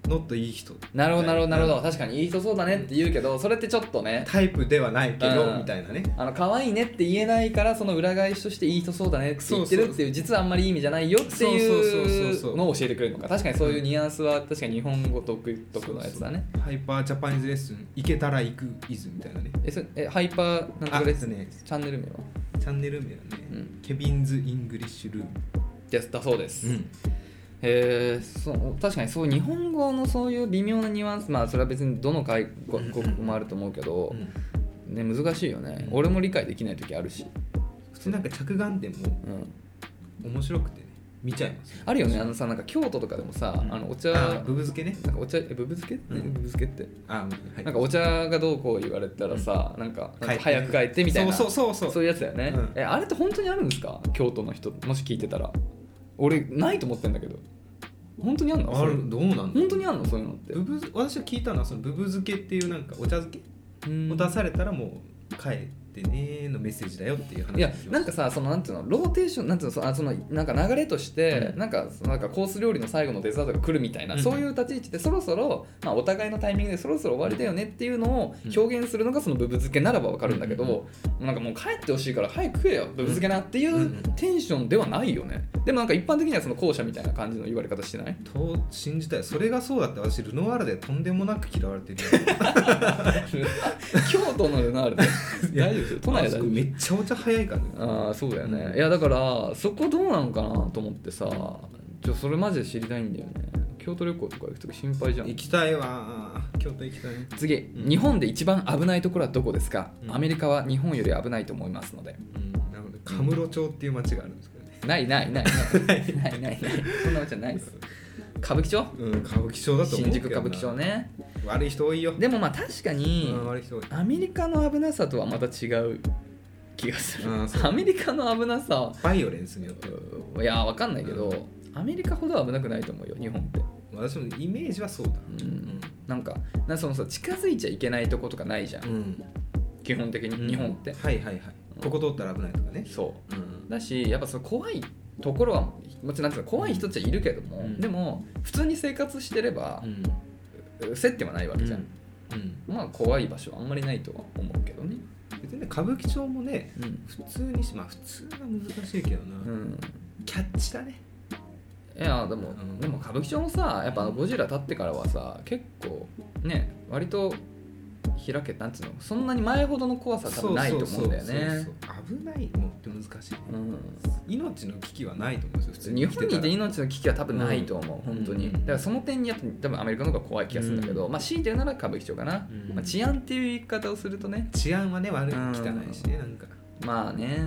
ノットいい人なるほどなるほどなるほど、確かにいい人そうだねって言うけど、それってちょっとねタイプではないけど、 うんみたいなね、 あの可愛いねって言えないから、その裏返しとしていい人そうだねって言ってるっていう、実はあんまりいい意味じゃないよっていうのを教えてくれるのか。確かにそういうニュアンスは確かに日本語独特のやつだね。 ハイパージャパニーズレッスン行けたら行くイズみたいなね。 えそれえハイパーなんとかレッスン、 ね、 チャンネル名はチャンネル名はね、うん、ケビンズ・イングリッシュルームですだそうです、 うん、 へー、そう確かにそう日本語のそういう微妙なニュアンス、まあそれは別にどの外国もあると思うけど、うんね、難しいよね、うん、俺も理解できない時あるし、 普通なんか着眼点も面白くてね見ちゃいます、ね、 あるよね。あのさなんか京都とかでもさ、うん、あのお茶ブブ漬けね、 なんかお茶えブブ漬け、うん、ブブ漬けってあ、はい、 なんかお茶がどうこう言われたらさ、うん、なんか早く帰ってみたいな、 そうそうそうそうそういうやつだよね、うん、えあれって本当にあるんですか、京都の人もし聞いてたら。俺ないと思ってんだけど、本当にあんの？ ある、どうなんだ、 本当にあんのそういうのって。 ブブ私が聞いたのはそのブブ漬けっていうなんかお茶漬けを出されたらもう帰ってねのメッセージだよっていう話。 いやなんかさそのなんていうのローテーションなんていうのあそのなんか流れとして、うん、なんかなんかコース料理の最後のデザートが来るみたいな、うん、そういう立ち位置でそろそろ、まあ、お互いのタイミングでそろそろ終わりだよねっていうのを表現するのがそのブブ漬けならばわかるんだけど、うん、なんかもう帰ってほしいから早く食えよブブ漬けなっていうテンションではないよね。でもなんか一般的にはその後者みたいな感じの言われ方してないと信じたい。それがそうだって私ルノワールでとんでもなく嫌われてるよ京都のルノワールで大丈夫ですよ都内で大丈夫。 めっちゃお茶早いからね。 ああそうだよね、うん、いやだからそこどうなのかなと思ってさ、ちょそれマジで知りたいんだよね。京都旅行とか行くとき心配じゃん。 行きたいわ京都行きたい。 次、うん、日本で一番危ないところはどこですか、うん、アメリカは日本より危ないと思いますので、 うん、なるほど。カムロ町っていう町があるんですけどね、 ないないないないないないないそんな町はないです。歌舞伎町、 うん、歌舞伎町だと思うけどな。 新宿歌舞伎町ね。 悪い人多いよ。 でもまあ確かに、 うん、悪い人多い。 アメリカの危なさとはまた違う気がする。アメリカの危なさバイオレンスによっていやわかんないけど、うん、アメリカほど危なくないと思うよ日本って。 私もイメージはそうだ、 うんうん、なんかなそのさ近づいちゃいけないとことかないじゃん、うん、基本的に日本って、 うん、はいはいはい、うん、ここ通ったら危ないとかね。 そう、うん、だしやっぱその怖いところはもちろんなんていうの怖い人っちゃいるけども、うん、でも普通に生活してれば、うん、接点はないわけじゃん、うんうん、まあ怖い場所はあんまりないとは思うけどね。 別にね歌舞伎町もね、うん、普通にしまあ普通は難しいけどな、うん、キャッチだね。 いやでも、うん、でも歌舞伎町もさやっぱゴジラ立ってからはさ結構ね割と開けたんつうのそんなに前ほどの怖さは多分ないと思うんだよね。 危ないのって難しい、ね、うん、命の危機はないと思うんですよ普通に。 日本にいて命の危機は多分ないと思う、うん、本当に、うん、だからその点にやっぱ多分アメリカの方が怖い気がするんだけど、うん、まあ強いて言うなら歌舞伎町かな、うん、まあ、治安っていう言い方をするとね治安はね悪い、うん、汚いしねなんかまあね、うん、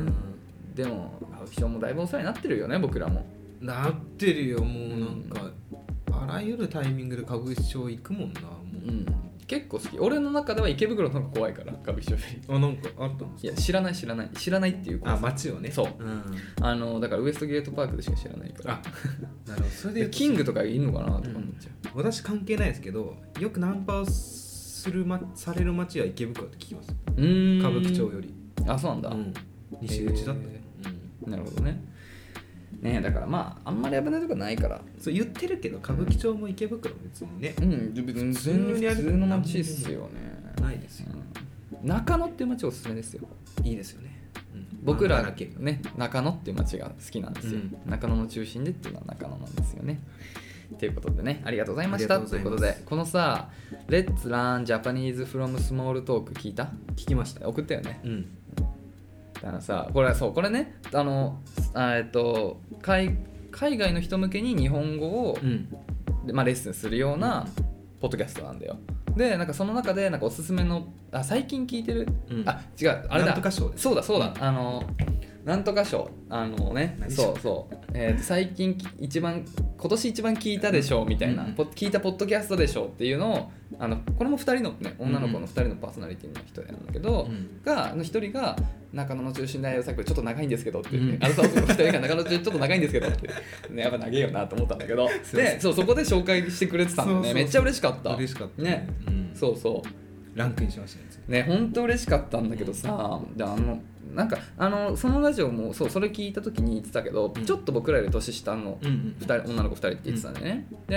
でも歌舞伎町もだいぶお世話になってるよね僕らも。 なってるよもうなんか、うん、あらゆるタイミングで歌舞伎町行くもんなもう、うん、 結構好き。俺の中では池袋の方が怖いから歌舞伎町より。 あなんかあったんですか。 いや知らない知らない知らないっていうあ街をねそう、うん、あのだからウエストゲートパークでしか知らないから。 あなるほど。それでキングとかいるのかなとか思っちゃう、 うん、私関係ないですけどよくナンパをする、ま、される街は池袋って聞きます。うーん歌舞伎町より。 あそうなんだ、うん、 西口だった、 えーうん、なるほどね。ね、だからまああんまり危ないとこないからそう言ってるけど歌舞伎町も池袋も別にね、 うん、全然普通の街っすよね。 ないですよ、 うん、中野っていう街おすすめですよ。 いいですよね、うん、 僕らね中野っていう街が好きなんですよ、うん、中野の中心でっていうのは中野なんですよね。ということでねありがとうございましたということでこのさ Let's Learn Japanese from Small Talk 聞いた？ 聞きました。 送ったよね。 うんあのさこれそうこれねあのあえっと 海, 海外の人向けに日本語を、うんでまあ、レッスンするようなポッドキャストなんだよ。でなんかその中でなんかおすすめのあ最近聞いてる、うん、あ違うあれだなんとか賞です。 そうだそうだ、うん、あのなんとか賞あのねそうそう、えー、と最近一番今年一番聞いたでしょうみたいな、うん、聞いたポッドキャストでしょうっていうのをあのこれもふたりの、ね、女の子のふたりのパーソナリティの人なんだけど、うん、がのひとりが中野の中心大さっきちょっと長いんですけどって言って、うん、あのさふたりが中野の中心ちょっと長いんですけどって、ね、やっぱ長いよなと思ったんだけどでそうそこで紹介してくれてたんだよね。めっちゃ嬉しかった。 嬉しかったね、ね、うん、そうそうランクインしましたね。ね本当嬉しかったんだけどさ、うん、であのなんかあのそのラジオもそうそれ聞いた時に言ってたけど、うん、ちょっと僕らより年下のふたり、うん、女の子ふたりって言ってたんでね、うん、で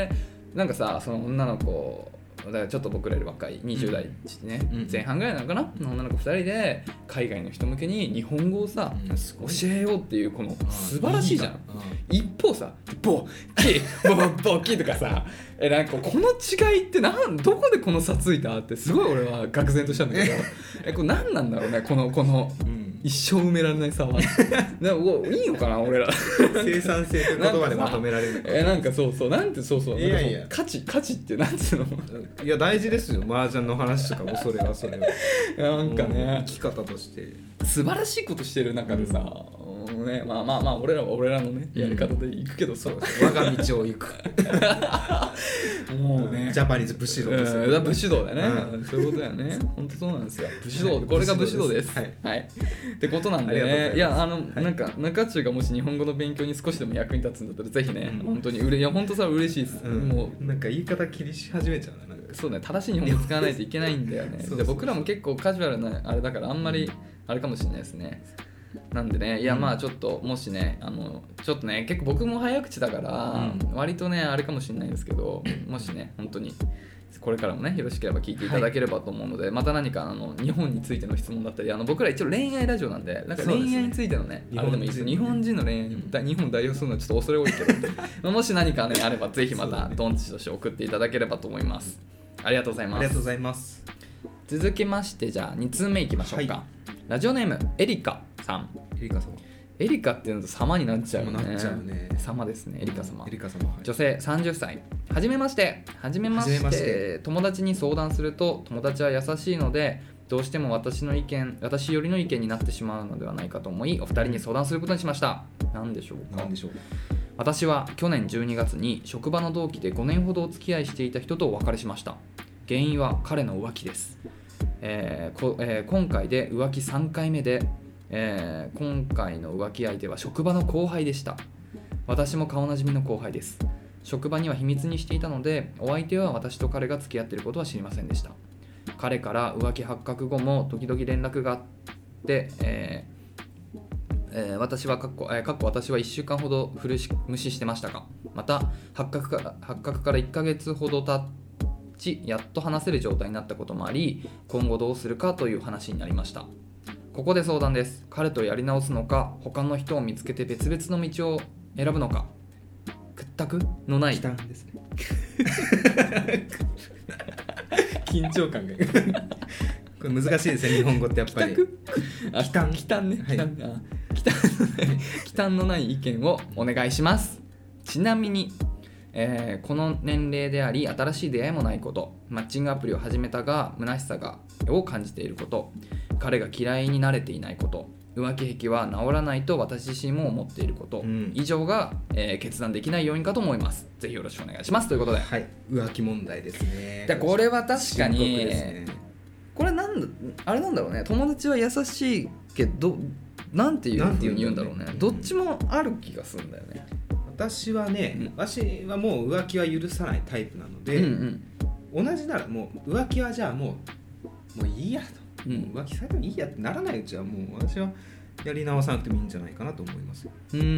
なんかさその女の子だからちょっと僕らより若いにじゅう代ね、うん、前半ぐらいなのかな、うん、女の子ふたりで海外の人向けに日本語をさ、うん、教えようっていうこの素晴らしいじゃん。一方さボキボボキとかさえなんかこの違いってなんどこでこの差ついたってすごい俺は愕然としたんだけどえこれ何なんだろうねこのこの、うん一生埋められない差はでもいいのかな俺ら生産性という言葉でまとめられるえなんかそうそうなんてそうそういやいや価値価値ってなんていうのいや大事ですよ麻雀の話とかもそれはそれはなんかね生き方として素晴らしいことしてる中でさ、うんね、まあまあまあ俺らは俺らのねやり方で行くけどさ、うん、 我が道を行くもうねジャパニーズ武士道ですよ、ね、武士道だよね、うん、そういうことだよね本当そうなんですよ武士道、はい、これが武士道ですはい、はい、ってことなんでねいやあの、はい、なんか中中がもし日本語の勉強に少しでも役に立つんだったらぜひね、うん、本当にうれいや本当さ嬉しいです、うん、もうなんか言い方気にし始めちゃうななんかそうね正しい日本語使わないといけないんだよねで僕らも結構カジュアルなあれだからあんまりあれかもしれないですねなんでねいやまあちょっともしねあのちょっとね結構僕も早口だから割とねあれかもしれないんですけどもしね本当にこれからもねよろしければ聞いていただければと思うので、はい、また何かあの日本についての質問だったりあの僕ら一応恋愛ラジオなんでなんか恋愛についての ね, ねあれでもいいです日本人の恋愛に日本を代表するのはちょっと恐れ多いけどもし何かねあればぜひまたドンチとして送っていただければと思います。ありがとうございます。 ありがとうございます。 続きましてじゃあに通目いきましょうか、はい、ラジオネームエリカさん。 エリカ様エリカっていうのと様になっちゃうね。 なっちゃうね。 様ですね。エリカ様。 エリカ様、はい、 女性さんじゅっさい。はじめまして。はじめまして。して友達に相談すると友達は優しいのでどうしても私の意見私よりの意見になってしまうのではないかと思いお二人に相談することにしました。何でしょうか。 何でしょう。 私は去年じゅうにがつに職場の同期でごねんほどお付き合いしていた人とお別れしました。原因は彼の浮気です。えーこえー、今回で浮気さんかいめでえー、今回の浮気相手は職場の後輩でした。私も顔なじみの後輩です。職場には秘密にしていたのでお相手は私と彼が付き合っていることは知りませんでした。彼から浮気発覚後も時々連絡があって、えーえー、私はかっこ、えー、かっこ私はいっしゅうかんほど無視してましたがまた発覚から発覚からいっかげつほど経ちやっと話せる状態になったこともあり今後どうするかという話になりました。ここで相談です。彼とやり直すのか他の人を見つけて別々の道を選ぶのか屈託のないですね緊張感がこれ難しいですね日本語ってやっぱり忌憚忌憚ね忌憚のない意見をお願いします。ちなみにえー、この年齢であり新しい出会いもないことマッチングアプリを始めたが虚しさがを感じていること彼が嫌いになれていないこと浮気癖は治らないと私自身も思っていること、うん、以上が、えー、決断できない要因かと思います。ぜひよろしくお願いしますということで、 はい、浮気問題ですね。 でこれは確かに、ね、これなんだあれなんだろうね友達は優しいけどなんていうなんていうに言うんだろうね、うん、どっちもある気がするんだよね。 私はね、うん、私はもう浮気は許さないタイプなので、うんうん、同じならもう浮気はじゃあもうもういいやと、うん、浮気されてもいいやってならないうちはもう私はやり直さなくてもいいんじゃないかなと思います。うん、うん、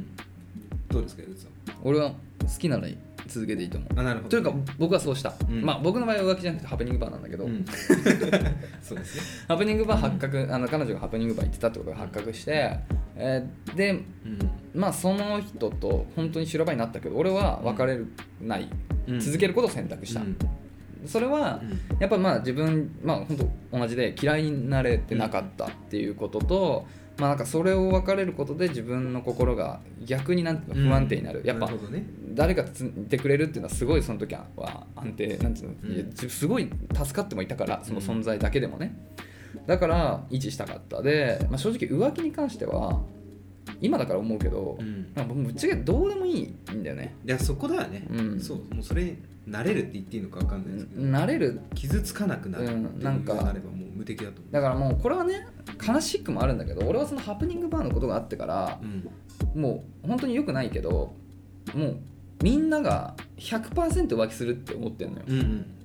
どうですか江口さん。 俺は好きなら続けていいと思う。 あなるほど。 というか僕はそうした、うん、まあ僕の場合は浮気じゃなくてハプニングバーなんだけど、うん、 そうですね。 ハプニングバー発覚、うん、あの彼女がハプニングバー行ってたってことが発覚して、えー、で、うん、まあその人と本当に修羅場になったけど俺は別れない、うん、続けることを選択した、うん、それは、うん、やっぱまあ自分まあ本当同じで嫌いになれてなかったっていうことと、まあなんかそれを別れることで自分の心が逆になんていうか不安定になる、うん、やっぱ誰かついてくれるっていうのはすごいその時は安定なんていうの、うん、いやすごい助かってもいたからその存在だけでもね、だから維持したかったで、まあ、正直浮気に関しては今だから思うけど、うん、まあ、ぶっちゃけどうでもいいんだよね。 いやそこだよね、うん、そうもうそれ慣れるって言っていいのか分かんないですけど慣れる傷つかなくなるっていうのがあればもう無敵だと思う。 だからもうこれはね悲しくもあるんだけど俺はそのハプニングバーのことがあってから、うん、もう本当に良くないけどもうみんなが ひゃくパーセント 浮気するって思ってんのよ、うんうん、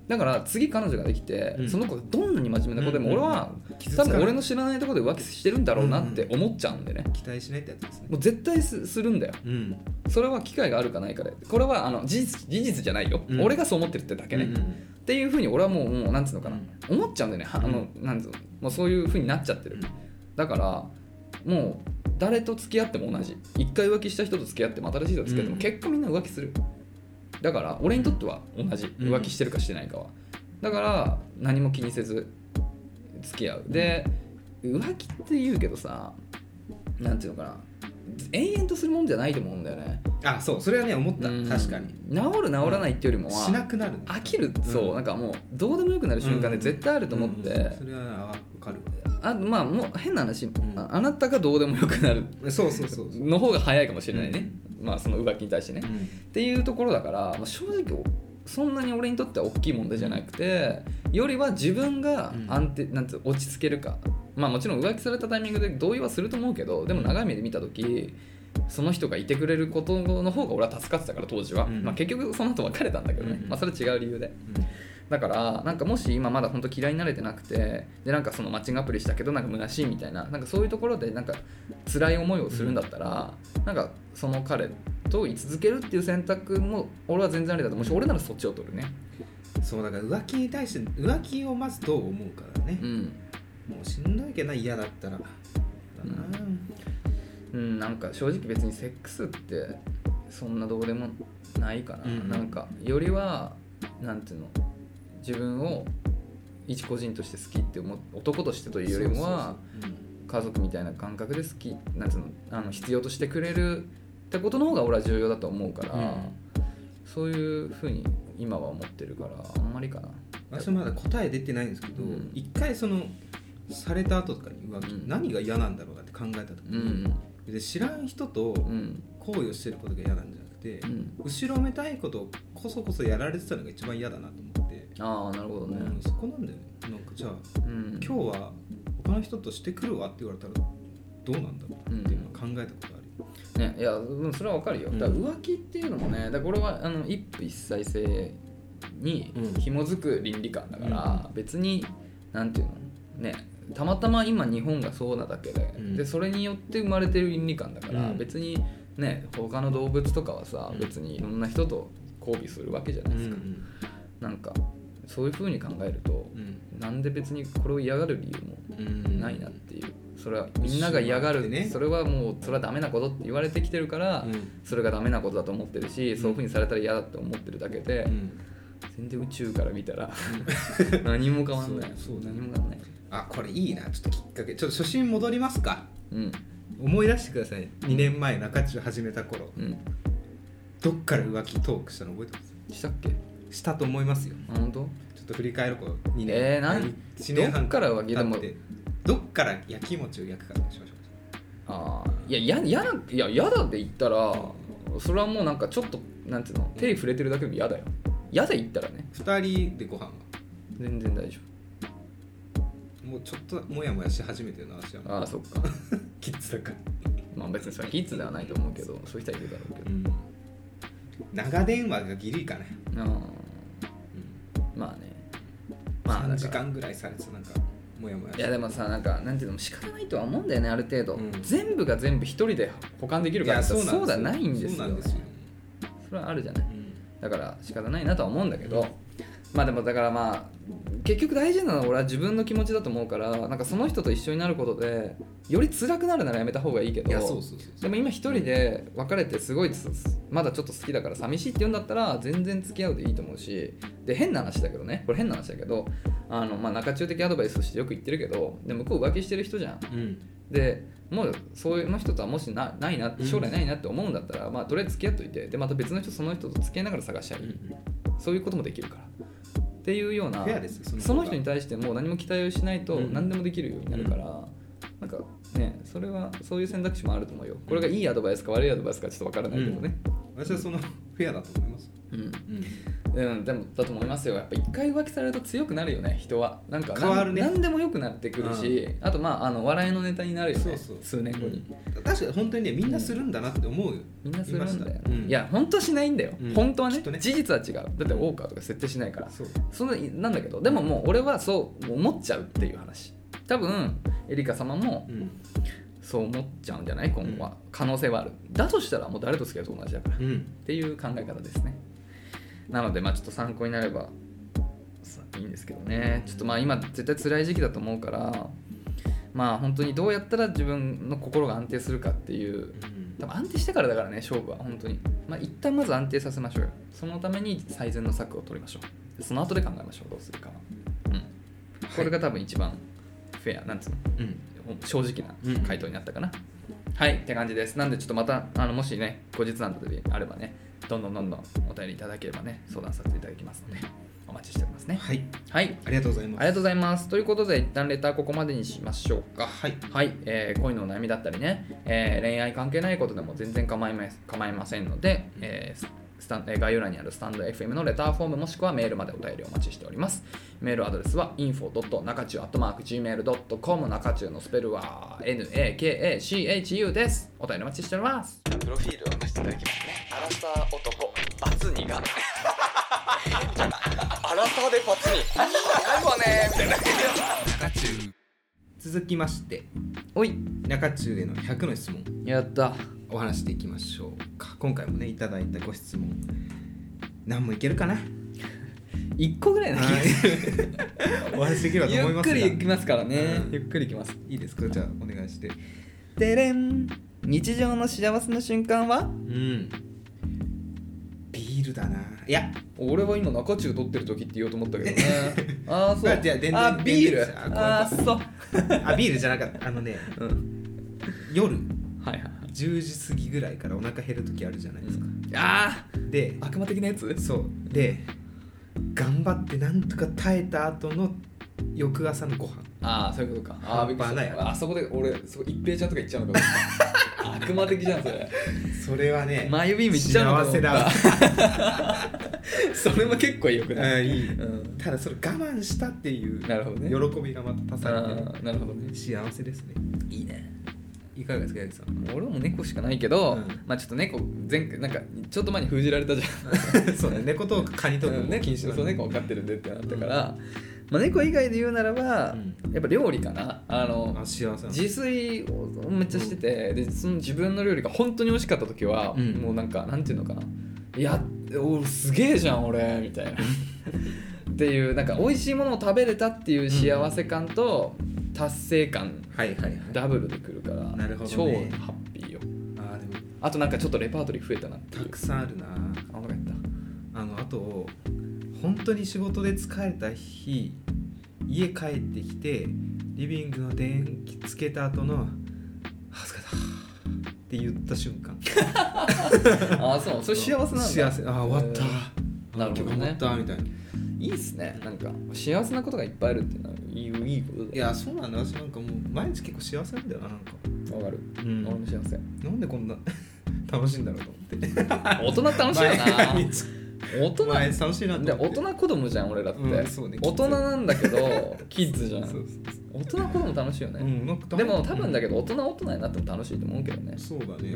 だから次彼女ができて、うん、その子がどんなに真面目な子でも俺は、うん、多分俺の知らないところで浮気してるんだろうなって思っちゃうんでね、 うん、期待しないってやつですね。 もう絶対 す, するんだよ、うん、それは機会があるかないかで、これはあの事実、事実じゃないよ、うん、俺がそう思ってるってだけね、うんうん、っていうふうに俺はもう、もうなんつうのかな、うん、思っちゃうんだよね、あのなんつうの、もうそういうふうになっちゃってる。だからもう誰と付き合っても同じ、一回浮気した人と付き合っても新しい人と付き合っても、うん、結果みんな浮気する。だから俺にとっては同じ、浮気してるかしてないかは。だから何も気にせず付き合う。で浮気って言うけどさ、なんていうのかな、延々とするもんじゃないと思うんだよね。 あ、そう、それはね思った、うん、確かに治る治らないっていうよりもは、 しなくなる、 飽きる、そう、うん、なんかもうどうでもよくなる瞬間で絶対あると思って、うんうん、 それは分かる。 あ、まあもう変な話、うん、あ, あなたがどうでもよくなるそうそうそうの方が早いかもしれないね、うん、まあその浮気に対してね、うん、っていうところだから、まあ、正直そんなに俺にとっては大きい問題じゃなくて、うん、よりは自分が安定、なんて落ち着けるか、まあもちろん浮気されたタイミングで同意はすると思うけど、でも長い目で見た時その人がいてくれることの方が俺は助かってたから当時は、うん、まあ、結局その後別れたんだけどね、うん、まあ、それは違う理由で、うん、だからなんかもし今まだ本当嫌いになれてなくて、でなんかそのマッチングアプリしたけどなんか虚しいみたいな、なんかそういうところでなんか辛い思いをするんだったら、うん、なんかその彼と居続けるっていう選択も俺は全然ありだと思うし、俺ならそっちを取るね。 そうだから浮気に対して浮気をまずどう思うからね、うん、もうしんどいけどな、嫌だったらだな、 うん、うん、なんか正直別にセックスってそんなどうでもないかな、うん、なんかよりはなんていうの、自分を一個人として好きって思う、男としてというよりもは家族みたいな感覚で好き、なんていうの、あの必要としてくれるってことの方が俺は重要だと思うから、うん、そういうふうに今は思ってるからあんまりかな。 私はまだ答え出てないんですけど、うん、一回そのされた後とかに浮気、うん、何が嫌なんだろうなって考えた時に、うん、で知らん人と行為をしてることが嫌なんじゃなくて、うん、後ろめたいことをこそこそやられてたのが一番嫌だなと思って。 ああ、なるほどね、 うん、そこなんだよね。なんかじゃあ、うん、今日は他の人としてくるわって言われたらどうなんだろうっていうのは考えたことある。 ね、いやそれは分かるよ。だから浮気っていうのもね、だからこれはあの一夫一妻制に紐づく倫理観だから、うん、別になんていうのね、たまたま今日本がそうなだけで、うん、でそれによって生まれてる倫理観だから、うん、別にね他の動物とかはさ、うん、別にいろんな人と交尾するわけじゃないですか、うん、なんかそういう風に考えると、うん、なんで別にこれを嫌がる理由もないなっていう、それはみんなが嫌がる、ね、それはもうそれはダメなことって言われてきてるから、うん、それがダメなことだと思ってるし、うん、そういう風にされたら嫌だって思ってるだけで、うん、全然宇宙から見たら何も変わんない。 そう、そう、 何も変わんない。 あ、これいいな、ちょっときっかけ、ちょっと初心戻りますか、 うん、 思い出してください。にねんまえ中中始めた頃、うん、どっから浮気トークしたの覚えてます？ したっけ？ したと思いますよ。 本当？ ちょっと振り返るこにねん、 えー、なんいちねんはんどっから浮気でもどっから焼き餅を焼くかにしましょう。 ああ、いや嫌いやいや嫌だって言ったら、それはもうなんかちょっとなんていうの、手に触れてるだけでも嫌だよ。嫌で言ったらね。 ふたりでご飯は全然大丈夫。もうちょっともやもやし始めてるな、私は。 ああ、そっか。 キッズだから。 まあ別にそれはキッズではないと思うけど、そういう人はいるだろうけど。うん、 長電話がギリかね。ああ、うん、 まあね。まあさんじかんぐらいされてなんかもやもや。 いやでもさ、なんかなんていうのも仕方ないとは思うんだよね、ある程度。うん、全部が全部一人で保管できるからさ、そうではないんですよ。そうなんですよ。それはあるじゃない。うん、だから仕方ないなとは思うんだけど。うん、まあでもだからまあ結局大事なのは俺は自分の気持ちだと思うから、なんかその人と一緒になることでより辛くなるならやめた方がいいけど、でも今一人で別れてすごいまだちょっと好きだから寂しいって言うんだったら全然付き合うでいいと思うし、で変な話だけどね、これ変な話だけど、あのまあ中中的アドバイスとしてよく言ってるけど、で向こう浮気してる人じゃん、うん、でもうそういうの人とはもし な, ないな将来ないなって思うんだったら、うん、まあとりあえず付き合っといて、でまた別の人その人と付き合いながら探しちゃいい、うん、そういうこともできるからっていうような、 そ, その人に対してもう何も期待をしないと何でもできるようになるから、うん、なんかね、それはそういう選択肢もあると思うよ。これがいいアドバイスか悪いアドバイスかちょっと分からないけどね、 うん、私はそのフェアだと思います。 うんうん、でもだと思いますよ。やっぱ一回浮気されると強くなるよね、人は。なんか変わるね。 何でも良くなってくるし、うん、あとまああの笑いのネタになるよね。そうそう、数年後に、 うん、確かに本当にね、みんなするんだなって思うよ、 うん、みんなするんだよ、うん、いや本当はしないんだよ、うん、本当は ね, ね事実は違う。だって大川とか設定しないから、そうそのなんだけど、でももう俺はそう思っちゃうっていう話。多分エリカ様も、うん、そう思っちゃうんじゃない今後は、うん、可能性はある。だとしたらもう誰と付き合うと同じだから、うん、っていう考え方ですね。なのでまあちょっと参考になればいいんですけどね。ちょっとまあ今絶対辛い時期だと思うから、まあ本当にどうやったら自分の心が安定するかっていう、多分安定してからだからね、勝負は本当に。まあ一旦まず安定させましょうよ。そのために最善の策を取りましょう。その後で考えましょう、どうするかは。うん。これが多分一番フェアなんつうの、うん、正直な回答になったかな、うん、はいって感じです。なんでちょっとまたあのもしね後日談であればね、どんどんどんどんお便りいただければね相談させていただきますのでお待ちしておりますね。 はい、 はい、 ありがとうございます。 ありがとうございます。ということで一旦レターここまでにしましょうか。 はい、 はい、えー、恋のお悩みだったりね、えー、恋愛関係ないことでも全然構いま構いませんので、えースタン概要欄にあるスタンド エフエム のレターフォームもしくはメールまでお便りお待ちしております。メールアドレスは インフォ ドットナカチュウ アットマーク ジーメール ドットコム 中中のスペルは エヌエーケーエーシーエイチユー です。お便りお待ちしております。プロフィールを出していただきますね。アラサー男バツにがアラサーでバツにないわねみたいな中中。続きましておい中中へのひゃくの質問やったお話していきましょうか。今回もねいただいたご質問何もいけるかな、 いっこぐらいの気がするお話できればと思いますがゆっくりいきますからね、うん、ゆっくりいきます。 いいですか、じゃあお願いして。 てれん、日常の幸せな瞬間は、うん、 ビールだな。いや俺は今中中取ってる時って言おうと思ったけどねああそうあビールああそうあビールじゃなかったあのね、うん、夜はいはいじゅうじ過ぎぐらいからお腹減る時あるじゃないですか、うん、 ああで悪魔的なやつ。 そうで頑張ってなんとか耐えた後の翌朝のご飯。 ああそういうことか。ああびっくりした。あそこで俺そこ一平ちゃんとか言っちゃうのか悪魔的じゃんそれ。 それはねマユビーム言っちゃうのか幸せだそれも結構いいよくない。 いい、うん、ただそれ我慢したっていう喜びがまた足されて、 ね、なるほどね。 幸せですね。 いいね。 いかがですか、ヤギさん。 俺も猫しかないけど、うん、まあちょっと猫前回なんかちょっと前に封じられたじゃんそうね、猫とカニとかも禁止なそう猫分かってるんでってなったから、うんまあ、猫以外で言うならば、うん、やっぱ料理かな。あのあ幸せ自炊をめっちゃしてて、うん、でその自分の料理が本当に美味しかった時は、うん、もうなんかなんていうのかな、いやおすげえじゃん俺みたいなっていうなんか美味しいものを食べれたっていう幸せ感と達成感、 はいはいはい、 ダブルでくるから、 なるほど、ね、 超ハッピーよ。あでもあとなんかちょっとレパートリー増えたなっていう。 たくさんあるな。 あ分かった。 あのあと本当に仕事で疲れた日家帰ってきてリビングの電気つけた後のはずかだって言った瞬間あそうそれ幸せなんだ。 幸せ。あ終わった、えー、 なるほどね。 終わったみたいな。 いいっすね。なんか幸せなことがいっぱいあるっていうのはいい、いいことだ。 いやそうなんだ。私なんかもう毎日結構幸せなんだよな。なんかわかる、うん、俺も幸せ。 なんでこんな楽しいんだろうと思って大人楽しいよな大人楽しいなで大人子供じゃん俺らって、 うんそうね、 大人なんだけどキッズじゃん。そうそうそう大人子供楽しいよね、うん、なんかでも多分だけど大人大人になっても楽しいと思うけどね。 そうだね、うん、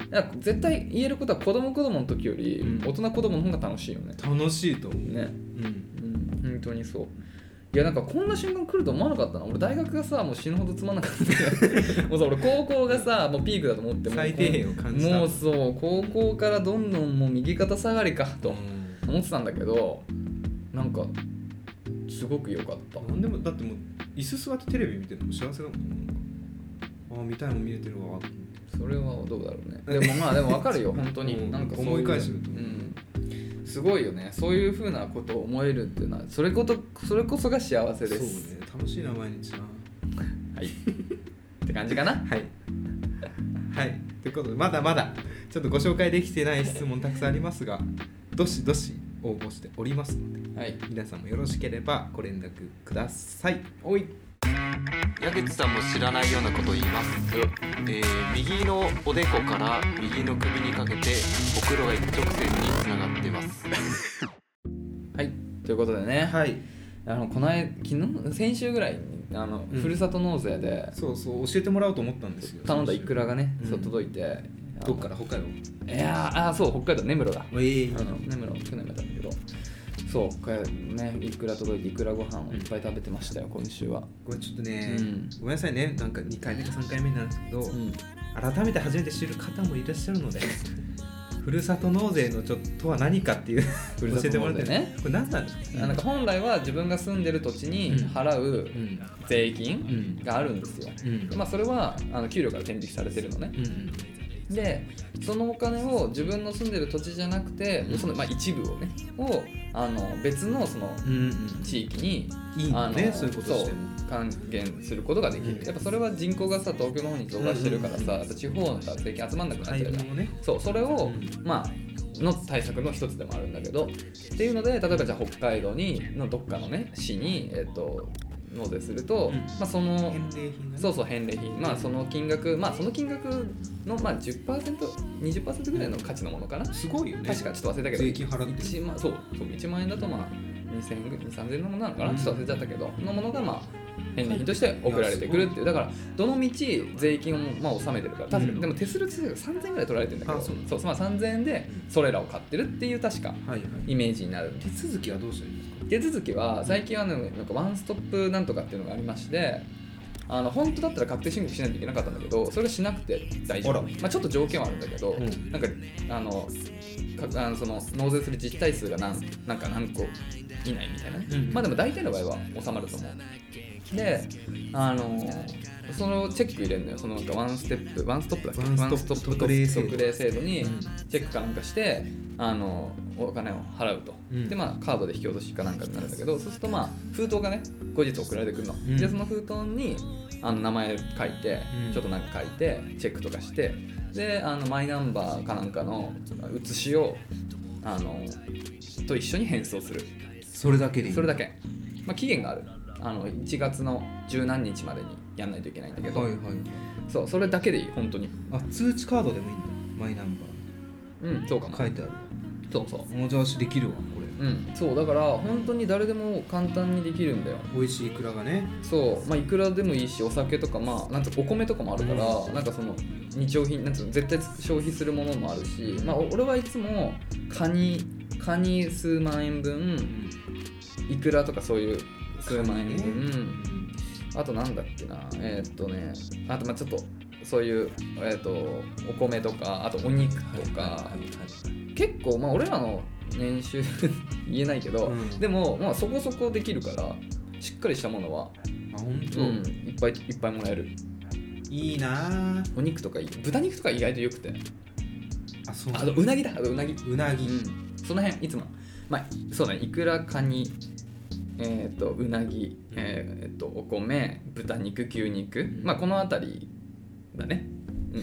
なんか絶対言えることは子供子供の時より大人子供の方が楽しいよね。 楽しいと思うね、うん、うん、本当にそう。いやなんかこんな瞬間来ると思わなかったな。俺大学がさもう死ぬほどつまんなかったもうさ俺高校がさもうピークだと思っても最低限を感じた。 もうそう高校からどんどんもう右肩下がりかと思ってたんだけど、なんかすごく良かった。 なんでもだってもう椅子座ってテレビ見てるのも幸せだもん。ああ見たいもん見れてるわ。 それはどうだろうね。でもまあでも分かるよ本当に、うん、なんかそういう思い返してると思う、 うんすごいよね。そういう風なことを思えるっていうのはそれことそれこそが幸せです。 そうね、楽しいな毎日なはいって感じかなはいはいということでまだまだちょっとご紹介できてない質問たくさんありますがどしどし応募しておりますので、はい、皆さんもよろしければご連絡ください。 おい矢口さんも知らないようなことを言います、えー、右のおでこから右の首にかけてほくろが一直線につながっていますはいということでね、 はい、 あのこの間昨日先週ぐらいにあの、うん、ふるさと納税でそうそう教えてもらおうと思ったんですよ。 頼んだイクラがね、うん、そう届いて、 どっから北海道？ いやあそう北海道根室だ、 えー、 あの根室去年もやったんだけど、そうこれねイクラ届いてイクラご飯をいっぱい食べてましたよ、うん、今週は。 これちょっとね、うん、ごめんなさいね、なんかにかいめかさんかいめなんですけど、うん、改めて初めて知る方もいらっしゃるのでふるさと納税のちょっとは何かっていう教えてもらってね。これ何なんですか？ なんか本来は自分が住んでる土地に払う税金があるんですよ、うんうん、まあそれはあの給料から天引きされてるのね、うんうん、でそのお金を自分の住んでる土地じゃなくて、うん、そのまあ一部をねをあの別のその地域に、 うんうん、いいね、そういうことしても還元することができる、うん、やっぱそれは人口がさ東京の方に増加してるからさ、うんうん、やっぱ地方のさ税金集まんなくなっちゃうじゃん、ね、そうそれを、うん、まあの対策の一つでもあるんだけどっていうので、例えばじゃあ北海道にのどっかのね市にえっと納税すると、うん、まあその返礼品、ね、 そうそう返礼品、まあその金額まあその金額のまあ じゅっパーセント、にじゅっパーセント ぐらいの価値のものかな。 すごいよね。 確かちょっと忘れたけど税金払っていちまん、そうそういちまん円だとまあにせんえん、にせんさんぜんえんのものなのかな、うん、ちょっと忘れちゃったけどのものがまあ返礼品として送られてくるっていう。だからどの道税金をまあ納めてるから確かに、うん、でも手数料手数料さんぜんえんぐらい取られてるんだけど、そうそう、まあ、さんぜんえんでそれらを買ってるっていう確かイメージになる、はいはい、 手続きはどうしたらいいんですか？ 手続きは最近は、ね、なんかワンストップなんとかっていうのがありまして、あの本当だったら確定申告しないといけなかったんだけど、それしなくて大丈夫。まあ、ちょっと条件はあるんだけど、うん、なんかあのかあのその納税する自治体数が 何, なんか何個以内みたいなね、うん、まあでも大体の場合は収まると思う。で、あのそのチェック入れるのよ、そのなんかワンステップワンストップだっけ、ワンストップ特例制度にチェックかなんかして、あのお金を払うと、うん、でまあカードで引き落としかなんかになるんだけど、そうするとまあ封筒がね後日送られてくるの、うん、でその封筒にあの名前書いて、うん、ちょっとなんか書いてチェックとかして、であのマイナンバーかなんかの写しをあのと一緒に返送する。 それだけでいい？それだけ、まあ、期限がある。あのいちがつの十何日までにやんないといけないんだけど、はいはい、そうそれだけでいい本当に。 あ、通知カードでもいいんだ、マイナンバー。うん、そうかな、 書いてある。 そうそう、 もうじゃあできるわこれ。 うん、そうだから本当に誰でも簡単にできるんだよ。 美味しいイクラがね。 そう、まあいくらでもいいし、お酒とかまあなんてお米とかもあるから、うん、なんかその日用品なんて絶対消費するものもあるし、まあ俺はいつもカニカニ数万円分、イクラとかそういう数万円分、ね、あとなんだっけな、えー、っとねあとまあちょっとそういう、えー、っとお米とか、あとお肉とか、はいはいはい、結構まあ俺らの年収言えないけど、うん、でもまあそこそこできるからしっかりしたものは、 あ、本当、 うん、いっぱいいっぱいもらえる。 いいな。 お肉とかいい、豚肉とか意外とよくて、 あ、そう、 あとうなぎだ、あとうなぎうなぎ、うん、 その辺いつもまあそうだね、いくらカニ、えー、とうなぎ、えー、とお米、豚肉、牛肉、うん、まあこの辺りだね、うん、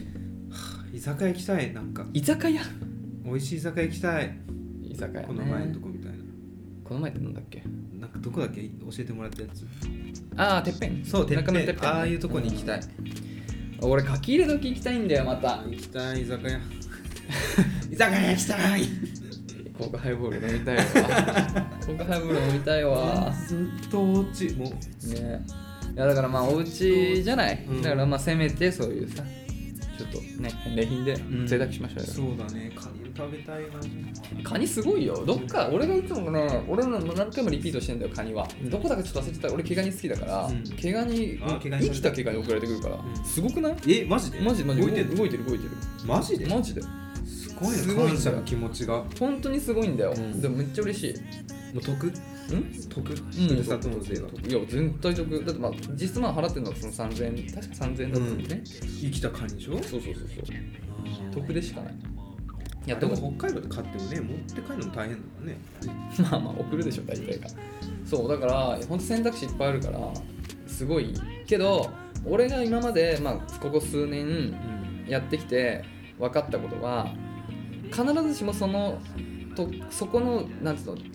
はあ、居酒屋行きたい。なんか居酒屋、 美味しい居酒屋行きたい。 居酒屋、ね、 この前のとこみたいな。 この前ってなんだっけ、 なんかどこだっけ、教えてもらったやつ。 ああ、てっぺん。 そう、てっぺん、 てっぺん、ね、 ああいうとこに行きたい、 うん、俺書き入れ時行きたいんだよ。また行きたい、居酒屋居酒屋行きたい。 コークハイボール飲みたいわコークハイボール飲みたいわ。 ずっとおうちもうね。いやだからまあおうちじゃない、うん、だからまあせめてそういうさちょっとね返礼品で贅沢しましょうよ、 うん、そうだね。カニ食べたいな。 カニすごいよ。どっか俺がいつもね、俺の何回もリピートしてんだよカニは、うん、どこだかちょっと忘れてた。俺毛ガニ好きだから、うん、毛ガニ生きた毛ガニ送られてくるから、うん、すごくない？ え、マジで？ マジでマジで動いてる動いてる動いてる。 マジで？ マジですごいね、感謝の気持ちが本当にすごいんだよ、うん、でもめっちゃ嬉しい。 もう得？ん？得？ふるさと納税が。 いや全体得だって。まあ実質まあ払ってるのはそのさんぜんえん、確かさんぜんえんだったんでね、 うん、生きたカニでしょ。そうそうそうそう、得でしかない。 いやでも北海道で買ってもね、持って帰るのも大変だからねまあまあ送るでしょ大体が。そうだから本当選択肢いっぱいあるからすごいけど、俺が今までまあここ数年やってきて分かったことは、必ずしもそのとそこのなんつうの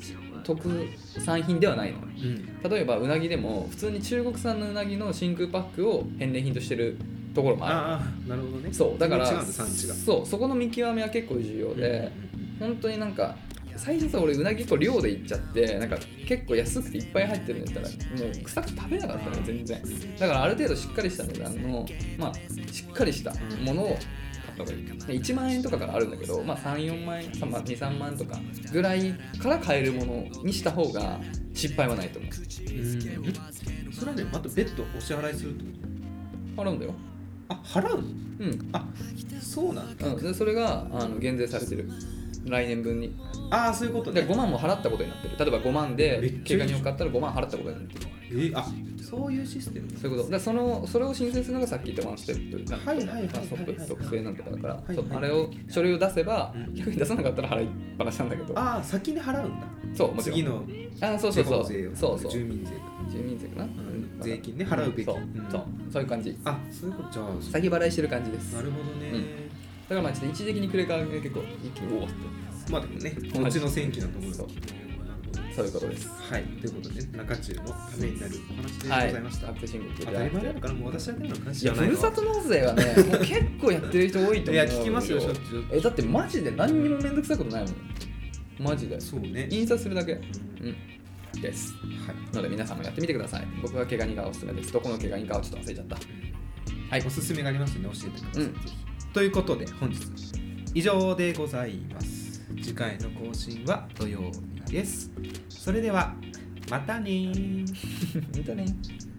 特産品ではないの、 うん、 例えばうなぎでも普通に中国産のうなぎの真空パックを返礼品としてるところもある。 ああなるほどね。 そうだから違うんだ産地が。 そうそこの見極めは結構重要で、うんうんうん、本当になんか最初さ俺うなぎ結構量でいっちゃってなんか結構安くていっぱい入ってるんだったらもう臭くて食べなかったのよ全然。だからある程度しっかりした値段のまあしっかりしたものを買った方がいい。いちまんえんとかからあるんだけど、まあ、さん、よんまんえん、に、さんまんとかぐらいから買えるものにした方が失敗はないと思う。 うんそれはねまた別途お支払いするってこと払うんだよ。 あ払うの。 うんあそうなんだ、 うん、でそれがあの減税されてる来年分に。 ああそういうことね。 でごまんも払ったことになってる。例えばごまんで毛ガニを買ったらごまん払ったことになってる。 えー、あそういうシステム。 そういうことでそのそれを申請するのがさっき言ったワンステップなんはいはいはいはいトップ特性なんとかだから、 はいはいそうあれを書類を出せば、 うん、 逆に出さなかったら払いっぱなしなんだけど。 ああ先に払うんだ。 そうもちろん次のあそうそうそう税をそうそう住民税住民税かな、うんうん、税金ね払うべき、 そう、 うんそうそういう感じ。 あそういうことじゃあ先払いしてる感じです。 なるほどね、 うんだからまあちょっと一時的にクレカが結構一気におおってまあでもねこっちの戦機のところそうなるほどそういうことです。 はいということで中中のためになるお話でごはいざいました、 アクセス信号当たり前なのかなもう私はねの話いやじゃないのふるさと納税はねもう結構やってる人多いと思う。 いや聞きますよしょっちゅう。 えだってマジで何にもめんどくさいことないもんマジで。 そうね印刷するだけ、 うんうん、ですはいので皆さんもやってみてください。僕は毛ガニがおすすめです。どこの毛ガニかはちょっと忘れちゃった。はいおすすめがありますので教えてください、 うんということで本日以上でございます。次回の更新は土曜日です。それではまたねー見たね